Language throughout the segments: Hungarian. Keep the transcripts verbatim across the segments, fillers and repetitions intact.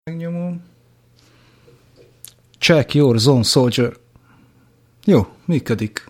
Megnyomom. Check your zone, soldier. Jó, működik.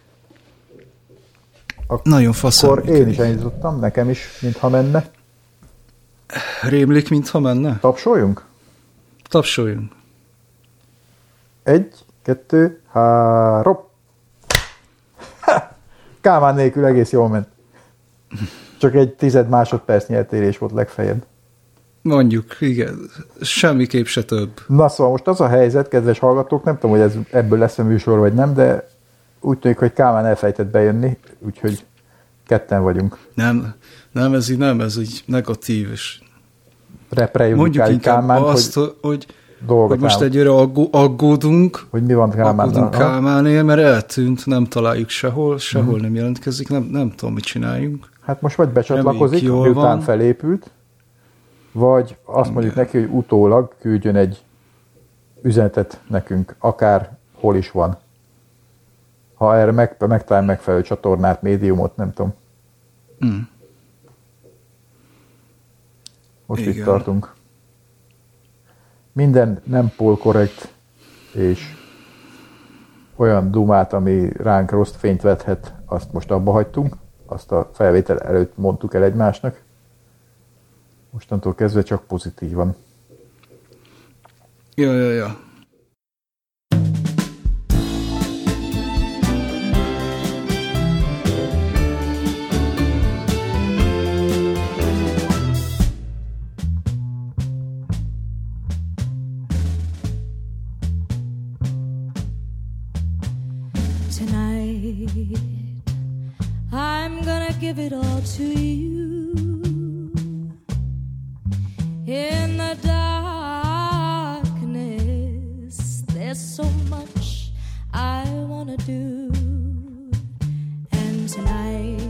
Ak- Nagyon faszán Akkor én is elindítottam, nekem is, mintha menne. Rémlik, mintha menne? Tapsoljunk? Tapsoljunk. Egy, kettő, három. Ha! Kálmán nélkül egész jól ment. Csak egy tized másodpercnyi eltérés volt legfeljebb. Mondjuk, igen. Semmiképp se több. Na szóval most az a helyzet, kedves hallgatók, nem tudom, hogy ez ebből lesz a műsor vagy nem, de úgy tűnik, hogy Kálmán elfejtett bejönni, úgyhogy ketten vagyunk. Nem, nem, ez így nem, ez így negatív, és mondjuk inkább Kálmánt, azt, hogy, hogy, hogy most egyre aggó, aggódunk, hogy mi van Kálmánnal. aggódunk Kálmánnél, mert eltűnt, nem találjuk sehol, sehol hmm. nem jelentkezik, nem, nem tudom, mit csináljunk. Hát most vagy becsatlakozik, miután van. felépült, vagy azt mondjuk neki, hogy utólag küldjön egy üzenetet nekünk, akár hol is van. Ha erre meg, megtalál megfelelő csatornát, médiumot, nem tudom. Mm. Most Igen. itt tartunk. Minden nem polkorrekt, és olyan dumát, ami ránk rossz fényt vethet, azt most abba hagytunk. Azt a felvétel előtt mondtuk el egymásnak. Mostantól kezdve csak pozitívan. Ja, ja, ja. Tonight I'm gonna give it all to you. In the darkness, there's so much I wanna do. And tonight,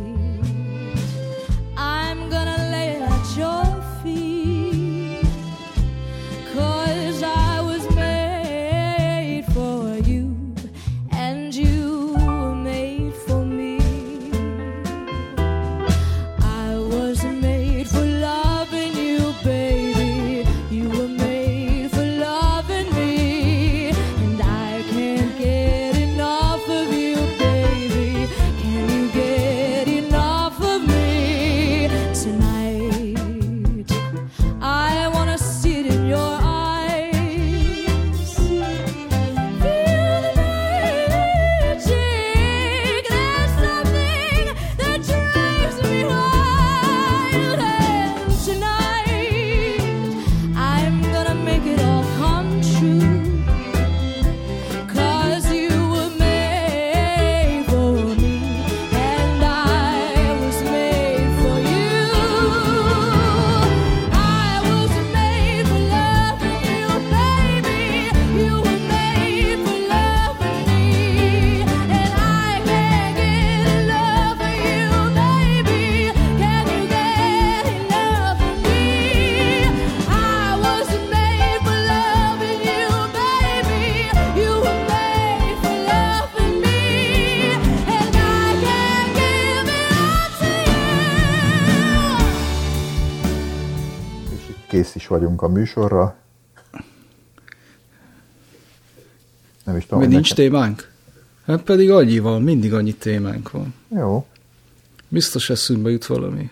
I'm gonna lay it at your feet, 'cause I was made for you, and you were made for me. I was made for loving you, baby. Kész is vagyunk a műsorra. Nem is tudom. Mi nincs nekem... témánk? Hát pedig annyi van, mindig annyi témánk van. Jó. Biztos eszünkbe jut valami.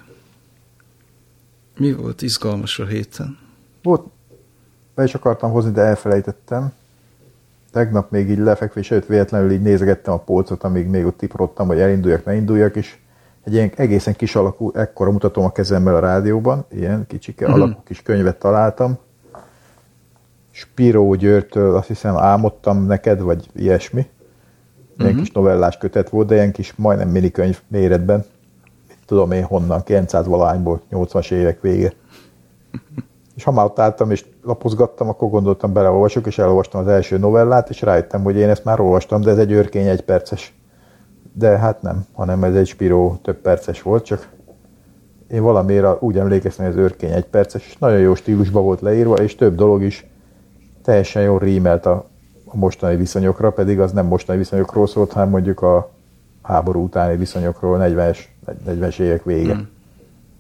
Mi volt izgalmas a héten? Volt, be is akartam hozni, de elfelejtettem. Tegnap még így lefekvés előtt véletlenül így nézegettem a polcot, amíg még ott tiprodtam, hogy elinduljak, ne induljak, és egy ilyen egészen kis alakú, ekkora mutatom a kezemmel a rádióban, ilyen kicsike mm-hmm. alakú kis könyvet találtam. Spiró Györgytől azt hiszem álmodtam neked, vagy ilyesmi. Ilyen mm-hmm. kis novellás kötet volt, de ilyen kis majdnem minikönyv méretben. Tudom én honnan, kilencszáz valahányból, nyolcvanas évek vége. És ha már ott álltam és lapozgattam, akkor gondoltam, beleolvasok, és elolvastam az első novellát, és rájöttem, hogy én ezt már olvastam, de ez egy őrkény egy perces. De hát nem, hanem ez egy Spiró több perces volt, csak én valamiért úgy emlékeztem, hogy az őrkény egy perces, és nagyon jó stílusban volt leírva, és több dolog is teljesen jól rímelt a, a mostani viszonyokra, pedig az nem mostani viszonyokról szólt, hanem mondjuk a háború utáni viszonyokról, negyvenes évek vége. Hmm.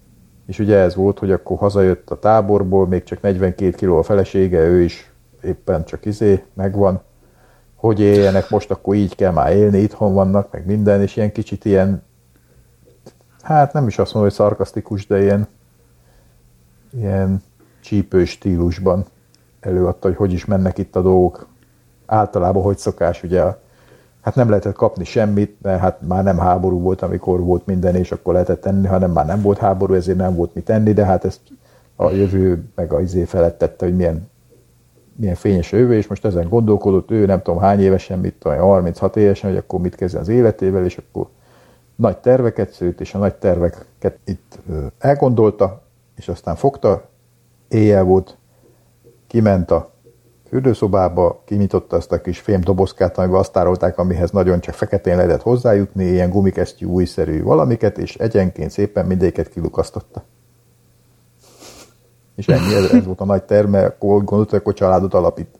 és ugye ez volt, hogy akkor hazajött a táborból, még csak negyvenkét kiló a felesége, ő is éppen csak izé, megvan, hogy éljenek most, akkor így kell már élni, itthon vannak, meg minden, és ilyen kicsit ilyen, hát nem is azt mondom, hogy szarkasztikus, de ilyen, ilyen csípős stílusban előadta, hogy hogy is mennek itt a dolgok. Általában, hogy szokás, ugye, hát nem lehetett kapni semmit, mert hát már nem háború volt, amikor volt minden, és akkor lehetett tenni, hanem már nem volt háború, ezért nem volt mit tenni, de hát ezt a jövő meg a izé felettette, hogy milyen, milyen fényes a jövő, és most ezen gondolkodott, ő nem tudom hány évesen, mit tudom, harminchat évesen, hogy akkor mit kezdjen az életével, és akkor nagy terveket szőtt, és a nagy terveket itt elgondolta, és aztán fogta, éjjel volt, kiment a fürdőszobába, kinyitotta azt a kis fémdobozkát, amiben azt tárolták, amihez nagyon csak feketén lehetett hozzájutni, ilyen gumikesztyű újszerű valamiket, és egyenként szépen mindegyiket kilukasztotta. És ennyi, ez, ez volt a nagy terme, akkor úgy gondolta, hogy akkor családot alapít.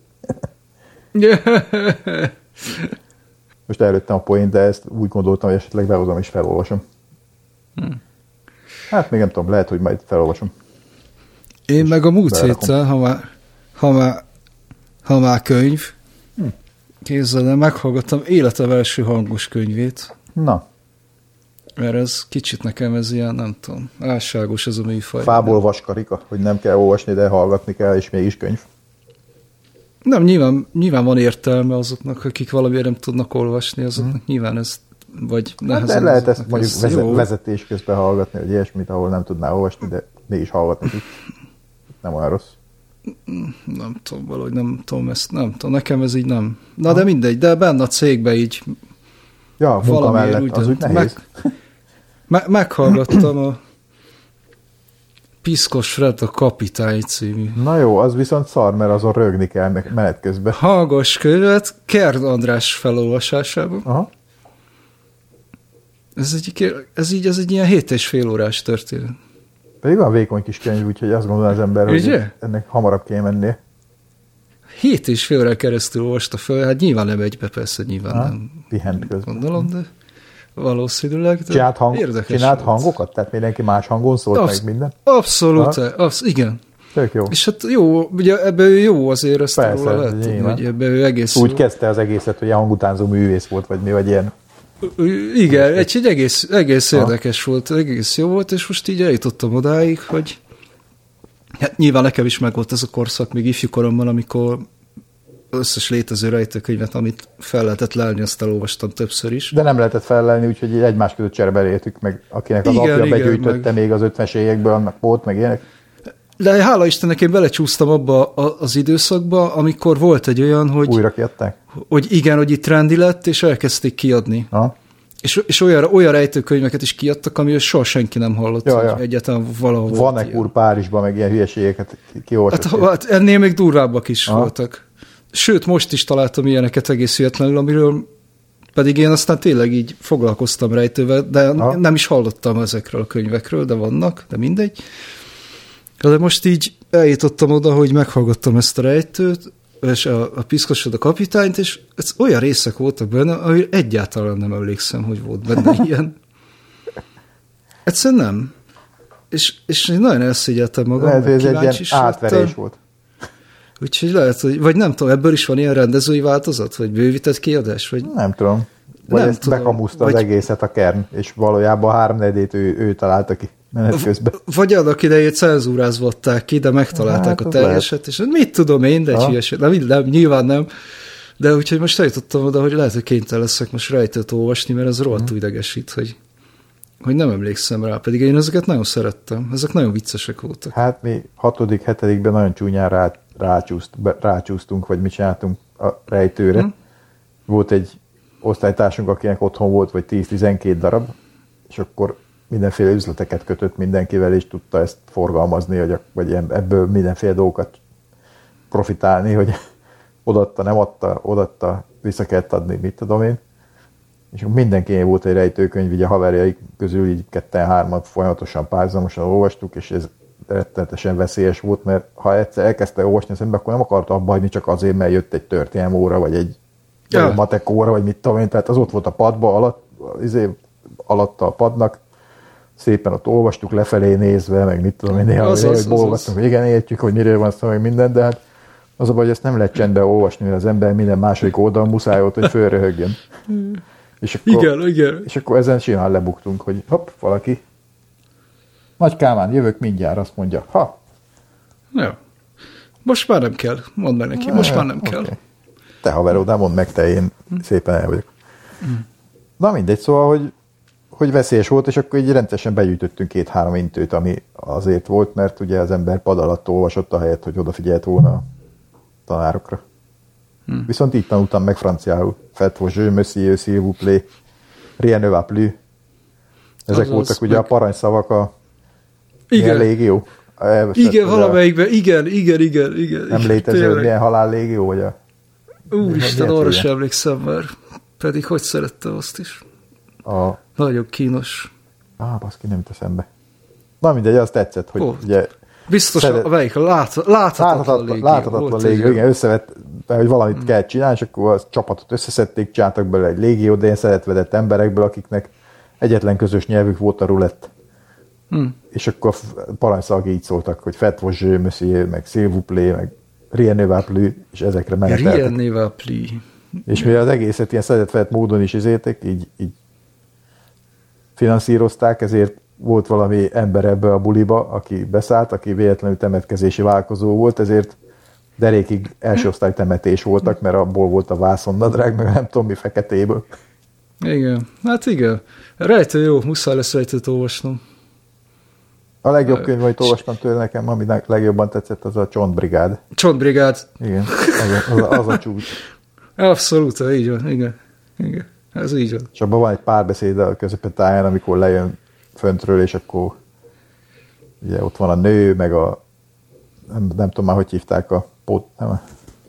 Most előttem a poént, de ezt úgy gondoltam, hogy esetleg behozom és felolvasom. Hmm. Hát még nem tudom, lehet, hogy majd felolvasom. Én meg a múlt héten, ha már, ha már, ha már könyv, hm. Kézzel, de meghallgattam életem első hangos könyvét. Na. Mert ez kicsit nekem ez ilyen, nem tudom, álságos ez a műfaj. Fából vaskarika, hogy nem kell olvasni, de hallgatni kell, és mégis könyv. Nem, nyilván, nyilván van értelme azoknak, akik valamire nem tudnak olvasni, azoknak hmm. nyilván ez, vagy nehezen. Hát de lehet ezt mondjuk ez vezet, vezetés közben hallgatni, vagy ilyesmit, ahol nem tudná olvasni, de mégis hallgatni tud. Nem olyan rossz. Nem tudom, valahogy nem tudom ezt, nem tudom, nekem ez így nem. Na ha. De mindegy, de benne a cégben így ja, munka mellett, úgy, az úgy nehéz. Meg, me, meghallgattam a Piszkos Fred a Kapitány című. Na jó, az viszont szar, mert azon rögni kell menet közben. Hangos könyvet, Kerd András felolvasásában. Aha. Ez, egy, ez így ez egy ilyen hét és fél órás történet. Pedig van vékony kis könyv, úgyhogy azt gondolja az ember, hogy ugye? Ennek hamarabb kéne mennie. Hét és fél órán keresztül olvasta fel, hát nyilván nem egybe, persze, nyilván ha, nem. Pihent közben. Gondolom, de valószínűleg. De csinált, hang, csinált hangokat? Tehát mindenki más hangon szólt Absz- meg minden? Abszolút, absz- igen. Tök jó. És hát jó, ugye ebben jó azért, ezt persze, róla lehet tudni, hogy ebben ő egész úgy jó. kezdte az egészet, hogy ilyen hangutánzó művész volt, vagy mi, vagy ilyen. Igen, egy, egy egész, egész érdekes volt, egész jó volt, és most így eljutottam odáig, hogy hát nyilván nekem is megvolt ez a korszak még ifjúkoromban, amikor összes létező rejtőkönyvet, amit fel lehetett lelni, azt elolvastam többször is. De nem lehetett fellelni, úgyhogy egymás között csereberéltük, meg akinek az igen, apja igen, begyűjtötte meg... még az ötvenes évekből, annak volt, meg ilyenek. De hála Istennek én belecsúsztam abba az időszakba, amikor volt egy olyan, hogy... Újra kiadták? Hogy igen, hogy itt trendi lett, és elkezdték kiadni. Aha. És, és olyan, olyan rejtőkönyveket is kiadtak, amiről soha senki nem hallott, ja, ja. Egyáltalán valahol volt. Vanek úr Párizsban, meg ilyen hülyeségeket kiolvasott. Hát, hát ennél még durvábbak is aha. voltak. Sőt, most is találtam ilyeneket egész hihetlenül, amiről pedig én aztán tényleg így foglalkoztam rejtővel, de aha. nem is hallottam ezekről a könyvekről, de vannak, de mindegy. De most így eljutottam oda, hogy meghallgattam ezt a rejtőt, és a, a Piszkosod a Kapitányt, és ez olyan részek voltak benne, amire egyáltalán nem emlékszem, hogy volt benne ilyen. Egyszerűen nem. És, és nagyon elszégyeltem magam. Lehet, hogy ez egy ilyen átverés volt. Úgyhogy lehet, hogy, vagy nem tudom, ebből is van ilyen rendezői változat, vagy bővített kiadás? Vagy... Nem tudom. Vagy nem ezt tudom. Bekamuszta vagy... az egészet a Kern, és valójában a háromnegyedét ő, ő találta ki menet közben. Vagy annak idejét cenzúrázva adták ki, de megtalálták hát, a teljeset, és mit tudom én, de egy hülyeség. Nem, nem, nyilván nem. De úgyhogy most eljutottam oda, hogy lehet, hogy kénytelen leszek most rejtőt olvasni, mert ez rohadtul idegesít, hogy, hogy nem emlékszem rá. Pedig én ezeket nagyon szerettem. Ezek nagyon viccesek voltak. Hát mi hatodik, hetedikben nagyon csúnyán rá, rácsúszt, rácsúsztunk, vagy mit csináltunk a rejtőre. Hmm. Volt egy osztálytársunk, akinek otthon volt, vagy tíz-tizenkét darab, és akkor mindenféle üzleteket kötött mindenkivel, és tudta ezt forgalmazni, vagy, vagy ebből mindenféle dolgokat profitálni, hogy odaadta, nem adta, odaadta, vissza kellett adni, mit tudom én. És mindenkinél volt egy rejtőkönyv, így a haverjaik közül így ketten-hárman folyamatosan párhuzamosan olvastuk, és ez rettenetesen veszélyes volt, mert ha egyszer elkezdte olvasni az ember, akkor nem akarta abba hagyni csak azért, mert jött egy történelmi óra, vagy egy ja. matek óra, vagy mit tudom én, tehát az ott volt a padba, alatt, izé, alatta a padnak, szépen ott olvastuk lefelé nézve, meg mit tudom én, néha, az, néha, az, hogy bolgattunk, hogy igen, értjük, hogy miről van szó, meg minden, de hát az a baj, hogy ezt nem lehet csendben olvasni, mert az ember minden második oldal muszáj volt, hogy fölröhögjön. És akkor, igen, igen. És akkor ezen simán lebuktunk, hogy hopp, valaki Nagy Kálmán, jövök mindjárt, azt mondja, ha. Jó. Most már nem kell, mondd meg neki, most már nem okay. kell. Te haverodál, mondd meg te, én szépen el vagyok. Mm. Na mindegy, szóval, hogy, hogy veszélyes volt, és akkor így rendesen begyűjtöttünk két-három intőt, ami azért volt, mert ugye az ember pad alatt olvasott a helyet, hogy odafigyelt volna a tanárokra. Mm. Viszont így tanultam meg franciául. Faites vos jeux, monsieur, s'il vous plaît, rien ne va plus. Ezek az voltak az ugye meg... a parancsszavak a igen. légió. Igen, valamelyikben, igen, igen, igen, igen. Nem létező, hogy milyen halál légió, vagy a... Úristen, arra sem emlékszem már. Pedig hogy szerettem azt is. A... Nagyon kínos. Á, baszki, nem jut eszembe. Na mindegy, az tetszett, hogy oh. ugye... Biztos, szeret... a melyik a lát... láthatatlan, láthatatlan légió. Láthatatlan légió, igen, összevett, hogy valamit hmm. kell csinálni, és akkor a csapatot összeszedték, csináltak belőle egy légió, de ilyen szeretvedett emberekből, akiknek egyetlen közös nyelvük volt a rulett. Hmm. És akkor parancsszavak így szóltak, hogy faites vos jeux, monsieur, meg s'il vous plaît, meg rien ne va plus, és ezekre meneteltek. Rien ne va plus. És mivel az egészet ilyen szeretett módon is izéltek, így, így finanszírozták, ezért volt valami ember ebbe a buliba, aki beszállt, aki véletlenül temetkezési vállalkozó volt, ezért derékig első osztály temetés voltak, mert abból volt a vászonnadrág, meg nem tudom mi, feketéből. Igen, hát igen. Rejtő jó, muszáj lesz rejtőt olvasnom. A legjobb könyv, amit olvastam tőle nekem, ami legjobban tetszett, az a Csontbrigád. Csontbrigád. Igen, az a, az a, az a csúcs. Abszolút, így van, igen. igen. Ez így van. És abban van egy párbeszéd a közepetáján, amikor lejön föntről, és akkor ugye ott van a nő, meg a nem, nem tudom már, hogy hívták a pot, nem,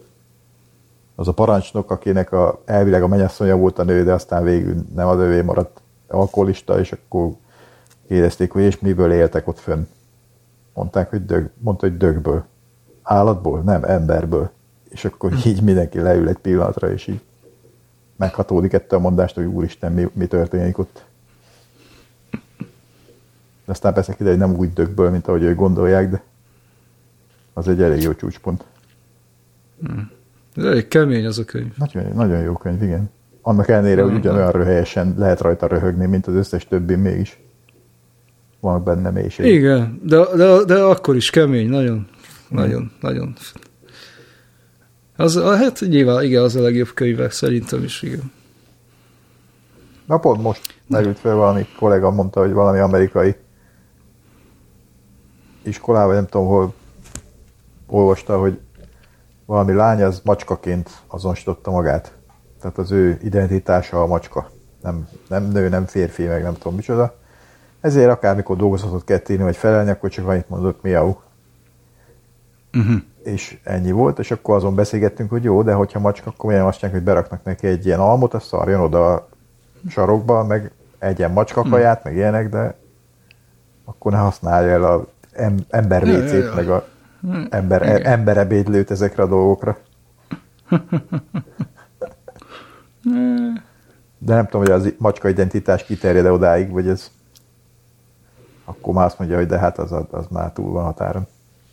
az a parancsnok, akinek a, elvileg a mennyasszonya volt a nő, de aztán végül nem az övé maradt alkoholista, és akkor kérdezték, hogy és miből éltek ott fönn. Mondták, hogy dög, mondta, hogy dögből. Állatból? Nem, emberből. És akkor így mindenki leül egy pillanatra, és így meghatódik ettől a mondást, hogy úristen, mi, mi történik ott. De aztán persze kiderül, hogy nem úgy dögből, mint ahogy ők gondolják, de az egy elég jó csúcspont. Hmm. Ez elég kemény az a könyv. Nagyon, nagyon jó könyv, igen. Annak ellenére, hogy ugyanolyan röhelyesen lehet rajta röhögni, mint az összes többi, mégis van benne mélység. Igen, de, de, de akkor is kemény, nagyon, hmm. nagyon, nagyon. Az, hát nyilván, igen, az a legjobb könyvek, szerintem is, igen. Na pont most merült fel valami kollega, mondta, hogy valami amerikai iskolában, nem tudom, hol olvasta, hogy valami lány az macskaként azonosította magát. Tehát az ő identitása a macska. Nem, nem nő, nem férfi, meg nem tudom micsoda. Ezért akármikor dolgozatot kellett írni, vagy felelni, akkor csak annyit mondott, miau. Uh-huh. És ennyi volt, és akkor azon beszélgettünk, hogy jó, de hogyha macska, akkor milyen azt csinálják, hogy beraknak neki egy ilyen almot, azt szarjon oda a sarokba, meg egyen macskakaját, uh-huh. meg ilyenek, de akkor ne használja el az em- ember vécét, ja, ja, ja. meg a ember, e- emberebédlőt ezekre a dolgokra. De nem tudom, hogy az macska identitás kiterjed-e odáig, vagy ez akkor már azt mondja, hogy de hát az, az már túl van határon.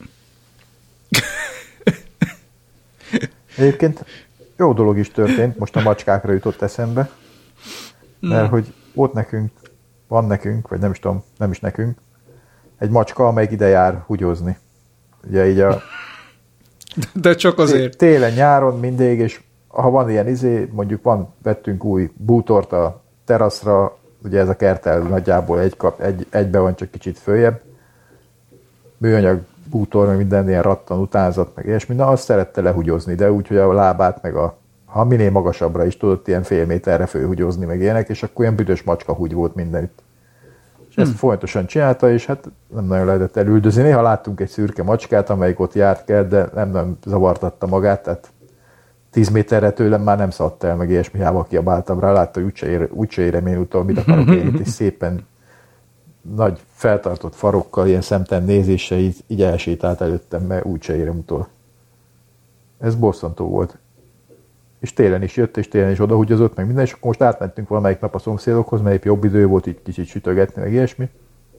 Egyébként jó dolog is történt, most a macskákra jutott eszembe, mert hogy volt nekünk, van nekünk, vagy nem is tudom, nem is nekünk, egy macska, amelyik ide jár húgyozni. Ugye így a... De csak azért. Télen, nyáron mindig, és ha van ilyen izé, mondjuk van, vettünk új bútort a teraszra, ugye ez a kerttel nagyjából egy kap, egy, egybe van, csak kicsit följebb. Műanyag bútor, meg minden ilyen rattan utánzat, meg ilyesmi, na azt szerette lehugyozni, de úgy, hogy a lábát, meg a, ha minél magasabbra is tudott ilyen fél méterre fölhugyozni, meg ilyenek, és akkor ilyen büdös macska húgy volt mindenütt. És hmm. ezt folyamatosan csinálta, és hát nem nagyon lehetett elüldözni. Néha láttunk egy szürke macskát, amelyik ott járt kell, de nem, nem zavartatta magát, tehát tíz méterre tőlem már nem szaladt el, meg ilyesmi, hiába kiabáltam rá, látta, hogy úgyse, ér, úgyse érem én utol, mit akarok én itt, és szépen nagy feltartott farokkal, ilyen szemtelen nézéssel így, így elsétált előttem, mert úgyse érem utol. Ez bosszantó volt. És télen is jött, és télen is odahugyozott, meg minden, és akkor most átmentünk valamelyik nap a szomszédokhoz, melyik jobb idő volt, így kicsit sütögetni, meg ilyesmi.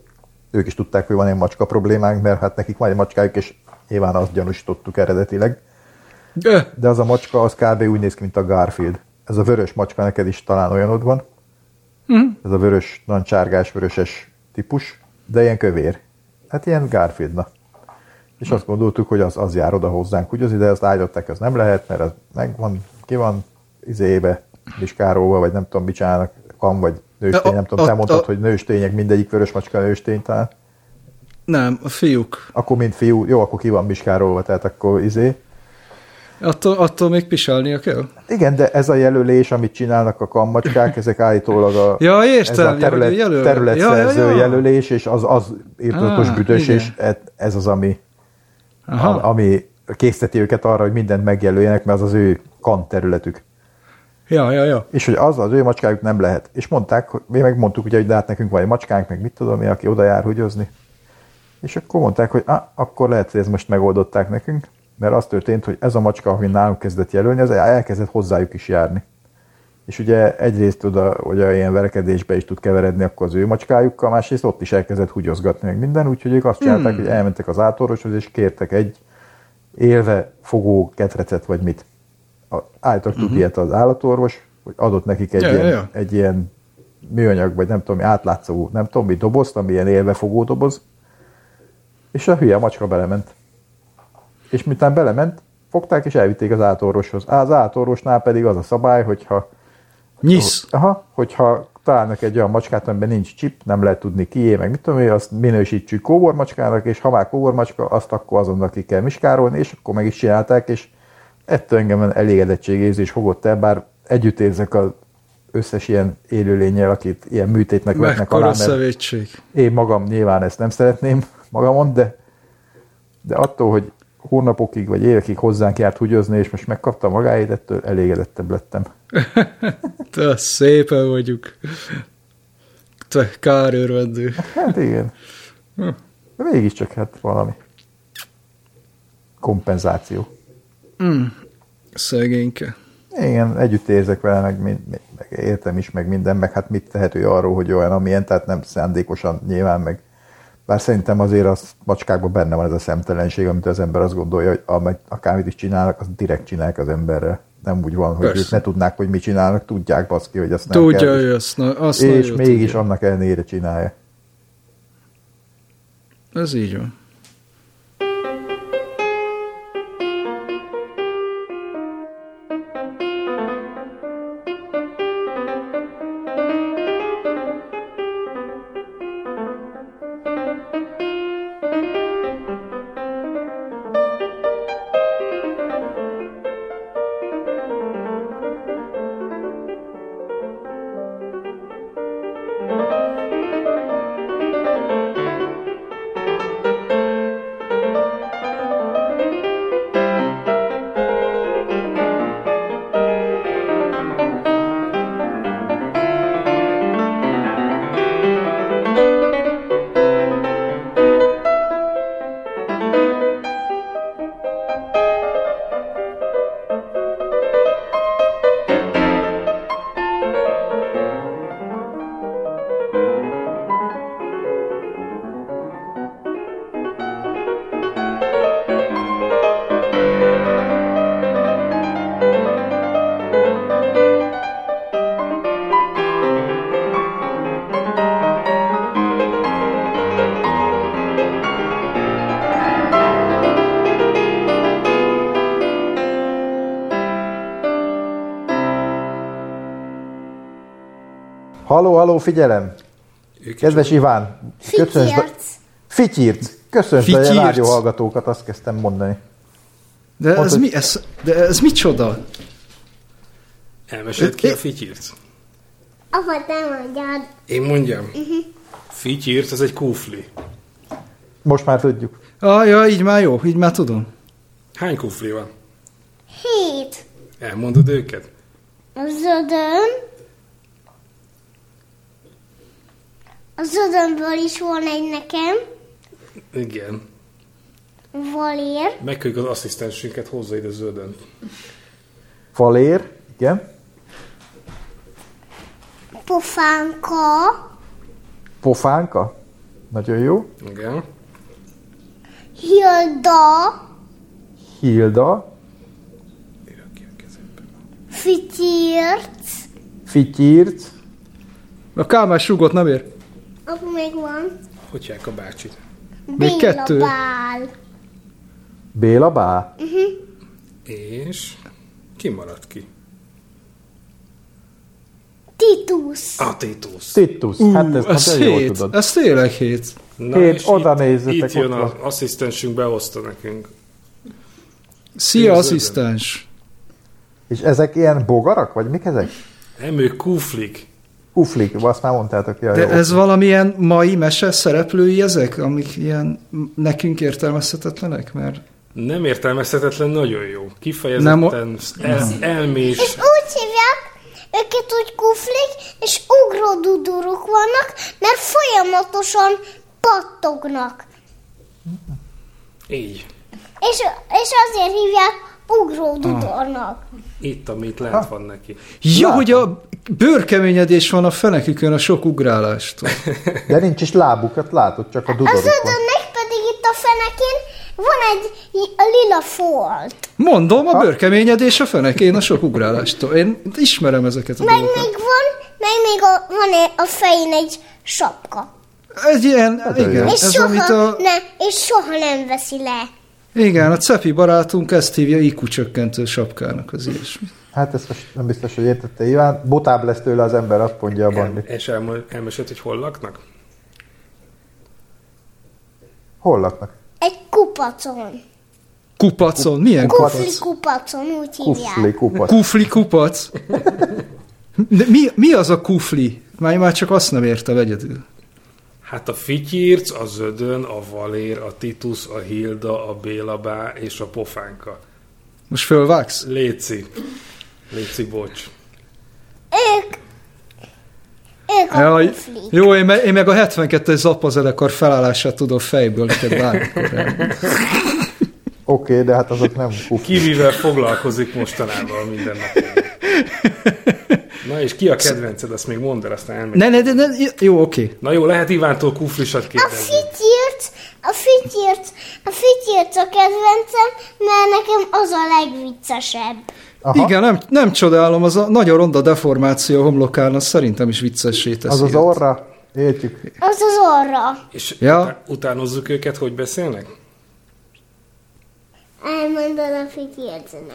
ők is tudták, hogy van egy macska problémánk, mert hát nekik van egy macskájuk, és nyilván azt gyanúsítottuk eredetileg. De, De az a macska, az kb. Úgy néz ki, mint a Garfield. Ez a vörös macska, neked is talán olyanod van. uh-huh. Ez a vörös, nagyon csárgás, vöröses típus, de ilyen kövér. Hát ilyen Garfield, na. És azt gondoltuk, hogy az, az jár oda hozzánk, úgy az ide, azt állították, az nem lehet, mert az megvan, ki van izébe, viskárolva, vagy nem tudom, mit csinálnak, kam, vagy nőstény, nem tudom, te mondtad, hogy nőstények, mindegyik vörös macska nőstény talán. Nem, a fiúk. Akkor mind fiú, jó, akkor ki van viskárolva, tehát akkor izé. Attól, attól még pisálnia kell? Igen, de ez a jelölés, amit csinálnak a kammacskák, ezek állítólag a, ja, értem, ez a terület, ja, jelöl... területszerző ja, ja, ja. jelölés, és az, az írtózatos ah, büdös, igen. és ez az, ami, Aha. ami készteti őket arra, hogy mindent megjelöljenek, mert az az ő kan területük. Ja, ja, ja. És hogy az az ő macskájuk nem lehet. És mondták, hogy mi megmondtuk, ugye, hogy de hát nekünk van egy macskánk, meg mit tudom, mi, aki oda jár húgyozni. És akkor mondták, hogy ah, akkor lehet, hogy ezt most megoldották nekünk, mert az történt, hogy ez a macska, ami nálunk kezdett jelölni, az elkezdett hozzájuk is járni. És ugye egyrészt oda, hogy ilyen verekedésbe is tud keveredni akkor az ő macskájukkal, másrészt ott is elkezdett húgyozgatni meg minden, úgyhogy ők azt csinálták, hmm. hogy elmentek az átorvoshoz, és kértek egy élve fogó ketrecet, vagy mit. Állítólag uh-huh. tud ilyet az állatorvos, hogy adott nekik egy, ja, ilyen, ja, ja. egy ilyen műanyag, vagy nem tudom, átlátszó, nem tudom mi dobozt, ami ilyen élve fogó doboz, és a hülye macska belement. És miután belement, fogták és elvitték az állatorvoshoz. Az állatorvosnál pedig az a szabály, hogyha Nyisz. Aha, hogyha találnak egy olyan macskát, amiben nincs chip, nem lehet tudni kié, meg mit tudom én, azt minősítsük kóbormacskának, és ha már kóbormacska, azt akkor azonnal ki kell miskárolni, és akkor meg is csinálták, és ettől engem elégedettségérzés fogott el, bár együtt érzek az összes ilyen élőlénnyel, akit ilyen műtétnek vetnek alá, mert én magam nyilván ezt nem szeretném magamon, de, de attól, hogy hónapokig vagy évekig hozzánk járt húgyozni, és most megkapta magáét, ettől elégedettebb lettem. Te szépen vagyunk. Te kárőrvendő. Hát igen. De mégiscsak hát valami kompenzáció. Mm. Szegényke. Igen, együtt érzek vele, meg, meg, meg értem is, meg minden, meg hát mit tehet ő arról, hogy olyan, amilyen, tehát nem szándékosan nyilván, meg bár szerintem azért az macskákban benne van ez a szemtelenség, amit az ember azt gondolja, hogy akármit is csinálnak, azt direkt csinálják az emberre. Nem úgy van, hogy Persze. ők ne tudnák, hogy mit csinálnak, tudják baszki, hogy azt nem tudja, kell. Tudja, azt, azt és mégis tudja. Annak ellenére csinálja. Ez így van. Halló, halló, figyelem! Kedves Iván! Fityírc! Fityírc! Köszönöm a rádióhallgatókat, azt kezdtem mondani. De Mondtad, ez, mi, ez, de ez micsoda? Elmesélt ki a fityírc? Apa, te mondjad. Én mondjam? Uh-huh. Fityírc, ez egy kufli. Most már tudjuk. Ah, ja, így már jó, így már tudom. Hány kufli van? Hét. Elmondod őket? A zöldön. A zöldönből is van egy nekem. Igen. Valér. Megküldjük az asszisztensünket, hozza ide zöldön. Valér, igen. Pofánka. Pofánka? Nagyon jó. Igen. Hilda, Hilda, Fityirc, Fityirc, A Kálmás rúgott nem ér. akkor még van. Hogy hívják a bácsit? Még Béla kettő. Bál. Béla Bá, És ki maradt ki? Titus. A Titus. Titus. Ú, Hát ezt ez nagyon jól hét. tudod. Ez tényleg hét. Na, Hét, és oda itt, nézzetek, Itt jön ott az van. asszisztensünk, behozta nekünk. Szia, Ő az asszisztens. És ezek ilyen bogarak, vagy mik ezek? Nem, ők kuflik. Uflik, azt már mondtátok. Ja, De jó. ez valamilyen mai mese szereplői ezek, amik ilyen nekünk értelmezhetetlenek? Mert Nem értelmezhetetlen, nagyon jó. Kifejezetten Nem el, elmés. És úgy hívják őket, hogy kuflik, és ugróduduruk vannak, mert folyamatosan pattognak. Így. És, és azért hívják ugródudornak. Itt, amit lent van neki. jó, Látom. hogy a bőrkeményedés van a fenekükön a sok ugrálástól. De nincs is lábukat, látod, csak a Az dudoruk van. ödönnek pedig itt a fenekén van egy a lila folt. Mondom, a bőrkeményedés a fenekén a sok ugrálástól. Én ismerem ezeket a Meg dolgokat. még van, meg még a, van egy- a fején egy sapka. Egy ilyen, Nagyon igen, jó. És ez soha, amit a, ne, és soha nem veszi le. igen, a Cepi barátunk ezt hívja í kú csökkentő sapkának az ilyesmi. Hát ezt most nem biztos, hogy értette Iván. Botább lesz tőle az ember, azt mondja a Bandi. És elmo- elmesélt, hogy hol laknak? Hol laknak? Egy kupacon. Kupacon, milyen Kupac. Kufli kupacon, úgy hívják. Kufli, kupac. Kufli kupac? De mi, mi az a kufli? Már, már csak azt nem értem egyedül. Hát a Fityirc, a Zödön, a Valér, a Titus, a Hilda, a Bélabá és a Pofánka. Most fölvágsz? Léci. Léci, bocs. Ők, ők a Jaj, kufli. jó, én, me, én meg a hetvenkettes Zappa zenekar felállását tudom fejből neked bármikor. Oké, okay, de hát azok nem kufli. Kivivel foglalkozik mostanában minden nap. Na és ki a kedvenced, azt még mondd el, aztán elmegy. Ne, ne, ne, ne, jó, oké. Na jó, lehet Ivántól kuflisat A kérdezni. fityirc, a fityirc, a fityirc a kedvencem, mert nekem az a legviccesebb. Aha, Igen, nem, nem csodálom, az a nagyon ronda deformáció a homlokán, az szerintem is viccessé teszi. az az őt. orra, értjük. Az az orra. És Ja. utá- utánozzuk őket, hogy beszélnek? Elmondod a fityircnek.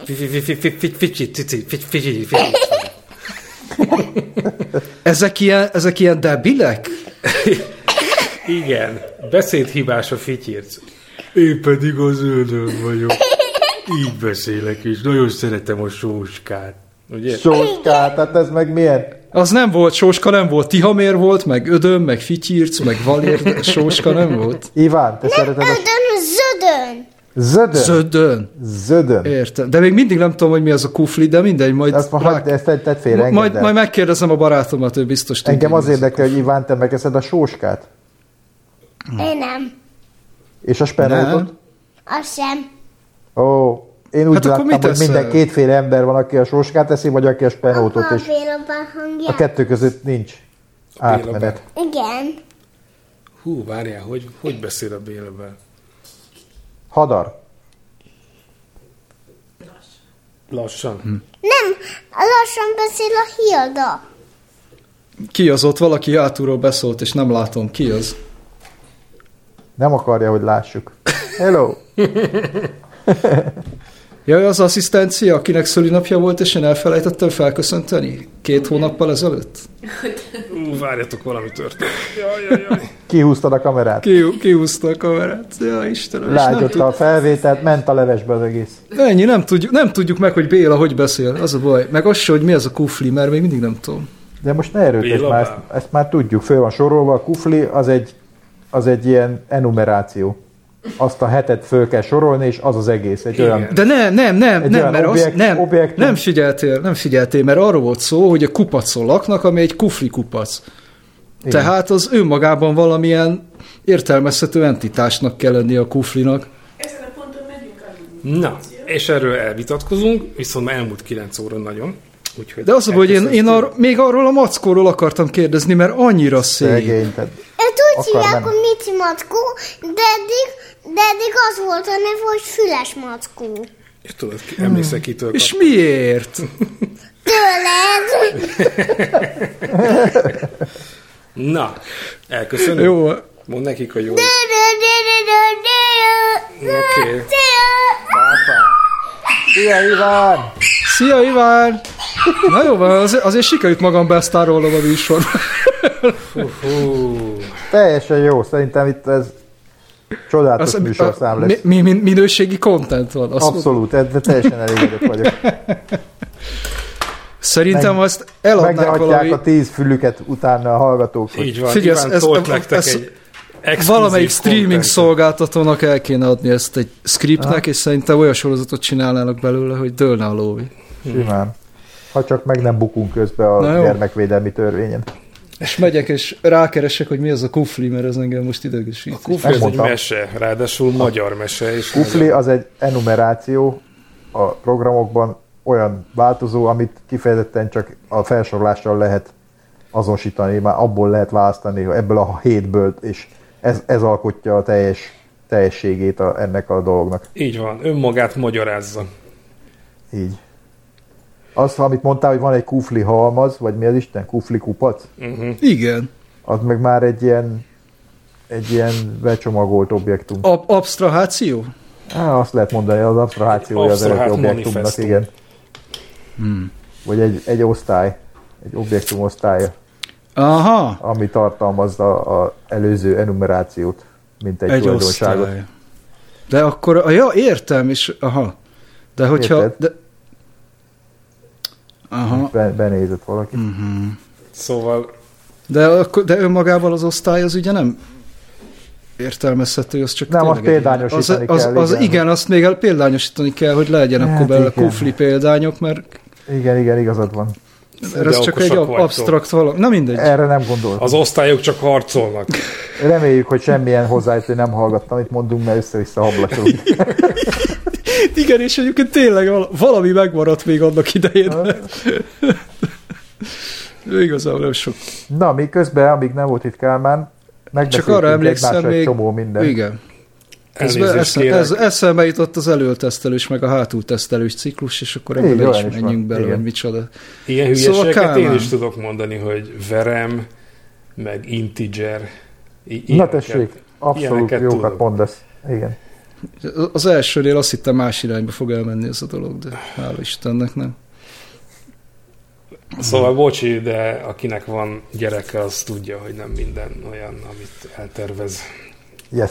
Ezek ilyen, ezek ilyen debilek? Igen, beszédhibás a Fityirc. Én pedig az Zödön vagyok. Így beszélek, és nagyon szeretem a sóskát. Ugye? Sóskát, hát ez meg milyen? Az nem volt sóska, nem volt Tihamér volt, meg Ödön, meg Fityirc, meg Valér, de sóska nem volt. Iván, te szereted a Ödön, zödön. zödön? Zödön. Zödön. Értem. De még mindig nem tudom, hogy mi az a kufli, de mindegy, majd, Ezt ma hagyd, ezt tedd tedd félre, engedd majd, el. majd megkérdezem a barátomat, ő biztos tudja. Engem mi az az. érdekel, hogy Iván, te megeszed a sóskát? Én nem. És a spenótot? Az sem. Ó, én úgy Hát akkor láttam, mit hogy eszel? minden kétféle ember van, aki a sóskát eszi, vagy aki a spenótot, Apa a és Bélabá hangját. a kettő között nincs átmenet. Igen. Hú, várjál, hogy, hogy beszél a Bélabá? Hadar. Lassan? Hm. Nem, lassan beszél a Hilda. Ki az ott? Valaki hátulról beszólt, és nem látom. Ki az? Nem akarja, hogy lássuk. Hello! Jaj, az asszisztencia, akinek szülinapja volt, és én elfelejtettem felköszönteni két hónappal ezelőtt? Ú, várjatok, valami történt. Jaj, jaj, jaj. Kihúztad a kamerát. Ki, kihúzta a kamerát. Ja, Istenem. és nem Lágyotta a felvételt, ment a levesbe az egész. tud- Ennyi, nem tudjuk, nem tudjuk meg, hogy Béla hogy beszél. Az a baj. Meg az se, hogy mi az a kufli, mert még mindig nem tudom. De most ne erőltesd Béla már, bá. ezt, ezt már tudjuk, föl van sorolva, a kufli az egy, az egy ilyen enumeráció. Azt a hetet föl kell sorolni, és az az egész. Egy Igen. olyan, De nem, nem, nem, Egy nem, olyan mert objekt- az, nem, objektum. nem figyeltél, nem figyeltél, mert arról volt szó, hogy a kupacon laknak, ami egy kufli kupac. Igen. Tehát az önmagában valamilyen értelmezhető entitásnak kell lennie a kuflinak. Ezen a ponton megyünk aludni. Na, és erről elvitatkozunk, viszont már elmúlt kilenc óra nagyon. Úgyhogy De az a baj, hogy én, én elköszönstünk. ar, még arról a mackóról akartam kérdezni, mert annyira szép. szegény, tehát Ő úgy hívják, hogy Mici mackó, de eddig, de eddig az volt a neve, hogy Füles mackó. És tudod, emlékszek kitől És kap... miért? Tőled! Na, elköszönöm. Jó. Mondd nekik, hogy jó. Oké. Oké. Szia, Iván! Szia, Iván! Na jó van, azért, azért sikerült magam besztárolnom a műsorban. Hú. Teljesen jó, szerintem itt ez csodálatos műsorszám lesz. Mi, mi, minőségi content van. Abszolút, de teljesen elégedett vagyok. Szerintem Meg, azt eladnák megnyitják valami... a tíz fülüket utána a hallgatók. Hogy... Így van, Figyelj, Iván ez- tolt ez- nektek ez- egy exkluzív Valamelyik streaming contentet. szolgáltatónak el kéne adni ezt egy scriptnek, Aha. és szerintem olyan sorozatot csinálnának belőle, hogy dőlne a lóvé. Simán. Ha csak meg nem bukunk közbe a Na jó. gyermekvédelmi törvényen. És megyek, és rákeresek, hogy mi az a kufli, mert ez engem most idegesít. Kufli ez egy Megmondtam. mese, ráadásul magyar mese. És Kufli az egy enumeráció a programokban, olyan változó, amit kifejezetten csak a felsorolással lehet azonosítani, már abból lehet választani, ebből a hétből, és ez, ez alkotja a teljes teljességét a, ennek a dolognak. Így van, önmagát magyarázza. Így. Az, amit mondtál, hogy van egy kufli halmaz, vagy mi az Isten? Kufli kupac? Uh-huh. Igen. Az meg már egy ilyen egy ilyen becsomagolt objektum. Ab- absztraháció? Á, azt lehet mondani, az absztrahációja az eredeti Absztrahát objektumnak, manifestum. igen. Hmm. Vagy egy, egy osztály, egy objektum osztálya, Aha, ami tartalmazza az előző enumerációt, mint egy, egy tulajdonságot. osztály. De akkor, ah, ja, értem, és aha. De hogyha... Érted? De, aha. Be, benézett valaki. Uh-huh. Szóval De, akkor- de önmagával az osztály az ugye nem értelmezhető, az csak Nem, tényleg azt egy- példányosítani az, az, kell, az, igen. igen, azt még el- példányosítani kell, hogy legyen Hát akkor belőle igen. kufli példányok, mert, Igen, igen, igazad van. mert ez csak egy okosak ab- vagytok. absztrakt valami. Na mindegy. Erre nem gondoltam. az osztályok csak harcolnak. Reméljük, hogy semmilyen hozzájutó nem hallgattam, amit mondunk, mert össze-vissza hablasolunk. Igen, és egyébként tényleg val- valami megmaradt még annak idején. Igazából nem sok. Na, mi közben, amíg nem volt itt Kálmán, Csak megbeszéltünk arra emlékszem egymással egy még... csomó minden. Igen. Közben Elnézést esze, kérek. ez, eszembe jutott az előtesztelős, meg a hátultesztelős ciklus, és akkor Igen, ebből is olyan is van. menjünk bele, Igen. hogy micsoda. Ilyen Szóval hülyeségeket én Kálmán. is tudok mondani, hogy verem, meg integer. I- Na ilyeneket- tessék, abszolút ilyeneket jókat tudok. mondasz. Igen. Az elsőnél azt hittem más irányba fog elmenni ez a dolog, de hála Istennek nem. Szóval bocsi, de akinek van gyereke, az tudja, hogy nem minden olyan, amit eltervez. Yes.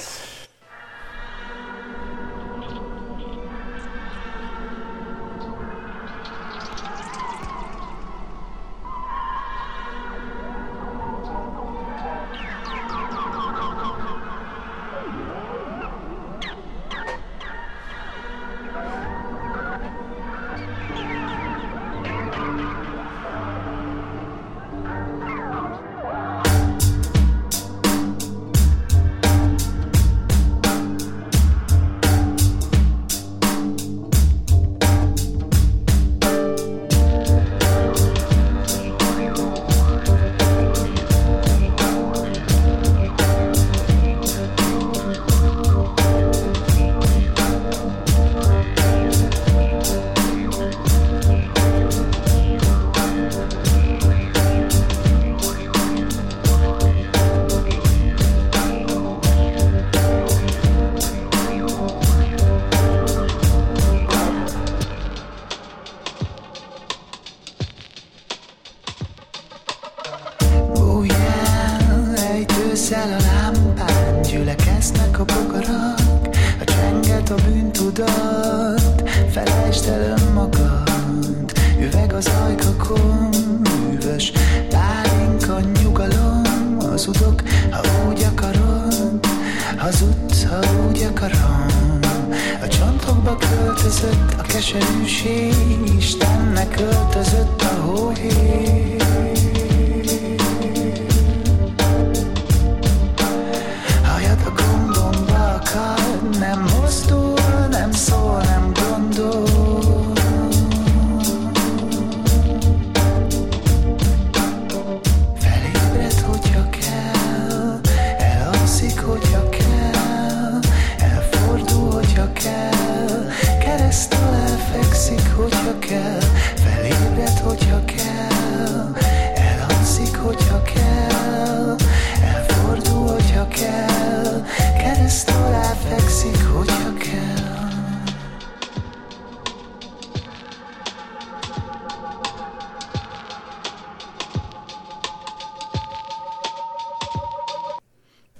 Ejtőszel a lámpán, gyülekeznek a bogarak, a csenget a bűntudat, felejtsd el önmagad, üveg az ajkakon, művös, pálinka nyugalom, hazudok, ha úgy akarod, hazudsz, ha úgy akarom, a csontokba költözött a keserűség, Istennek költözött a hóhé. Nem mozdul, nem szól, nem gondol. Felébred, hogyha kell,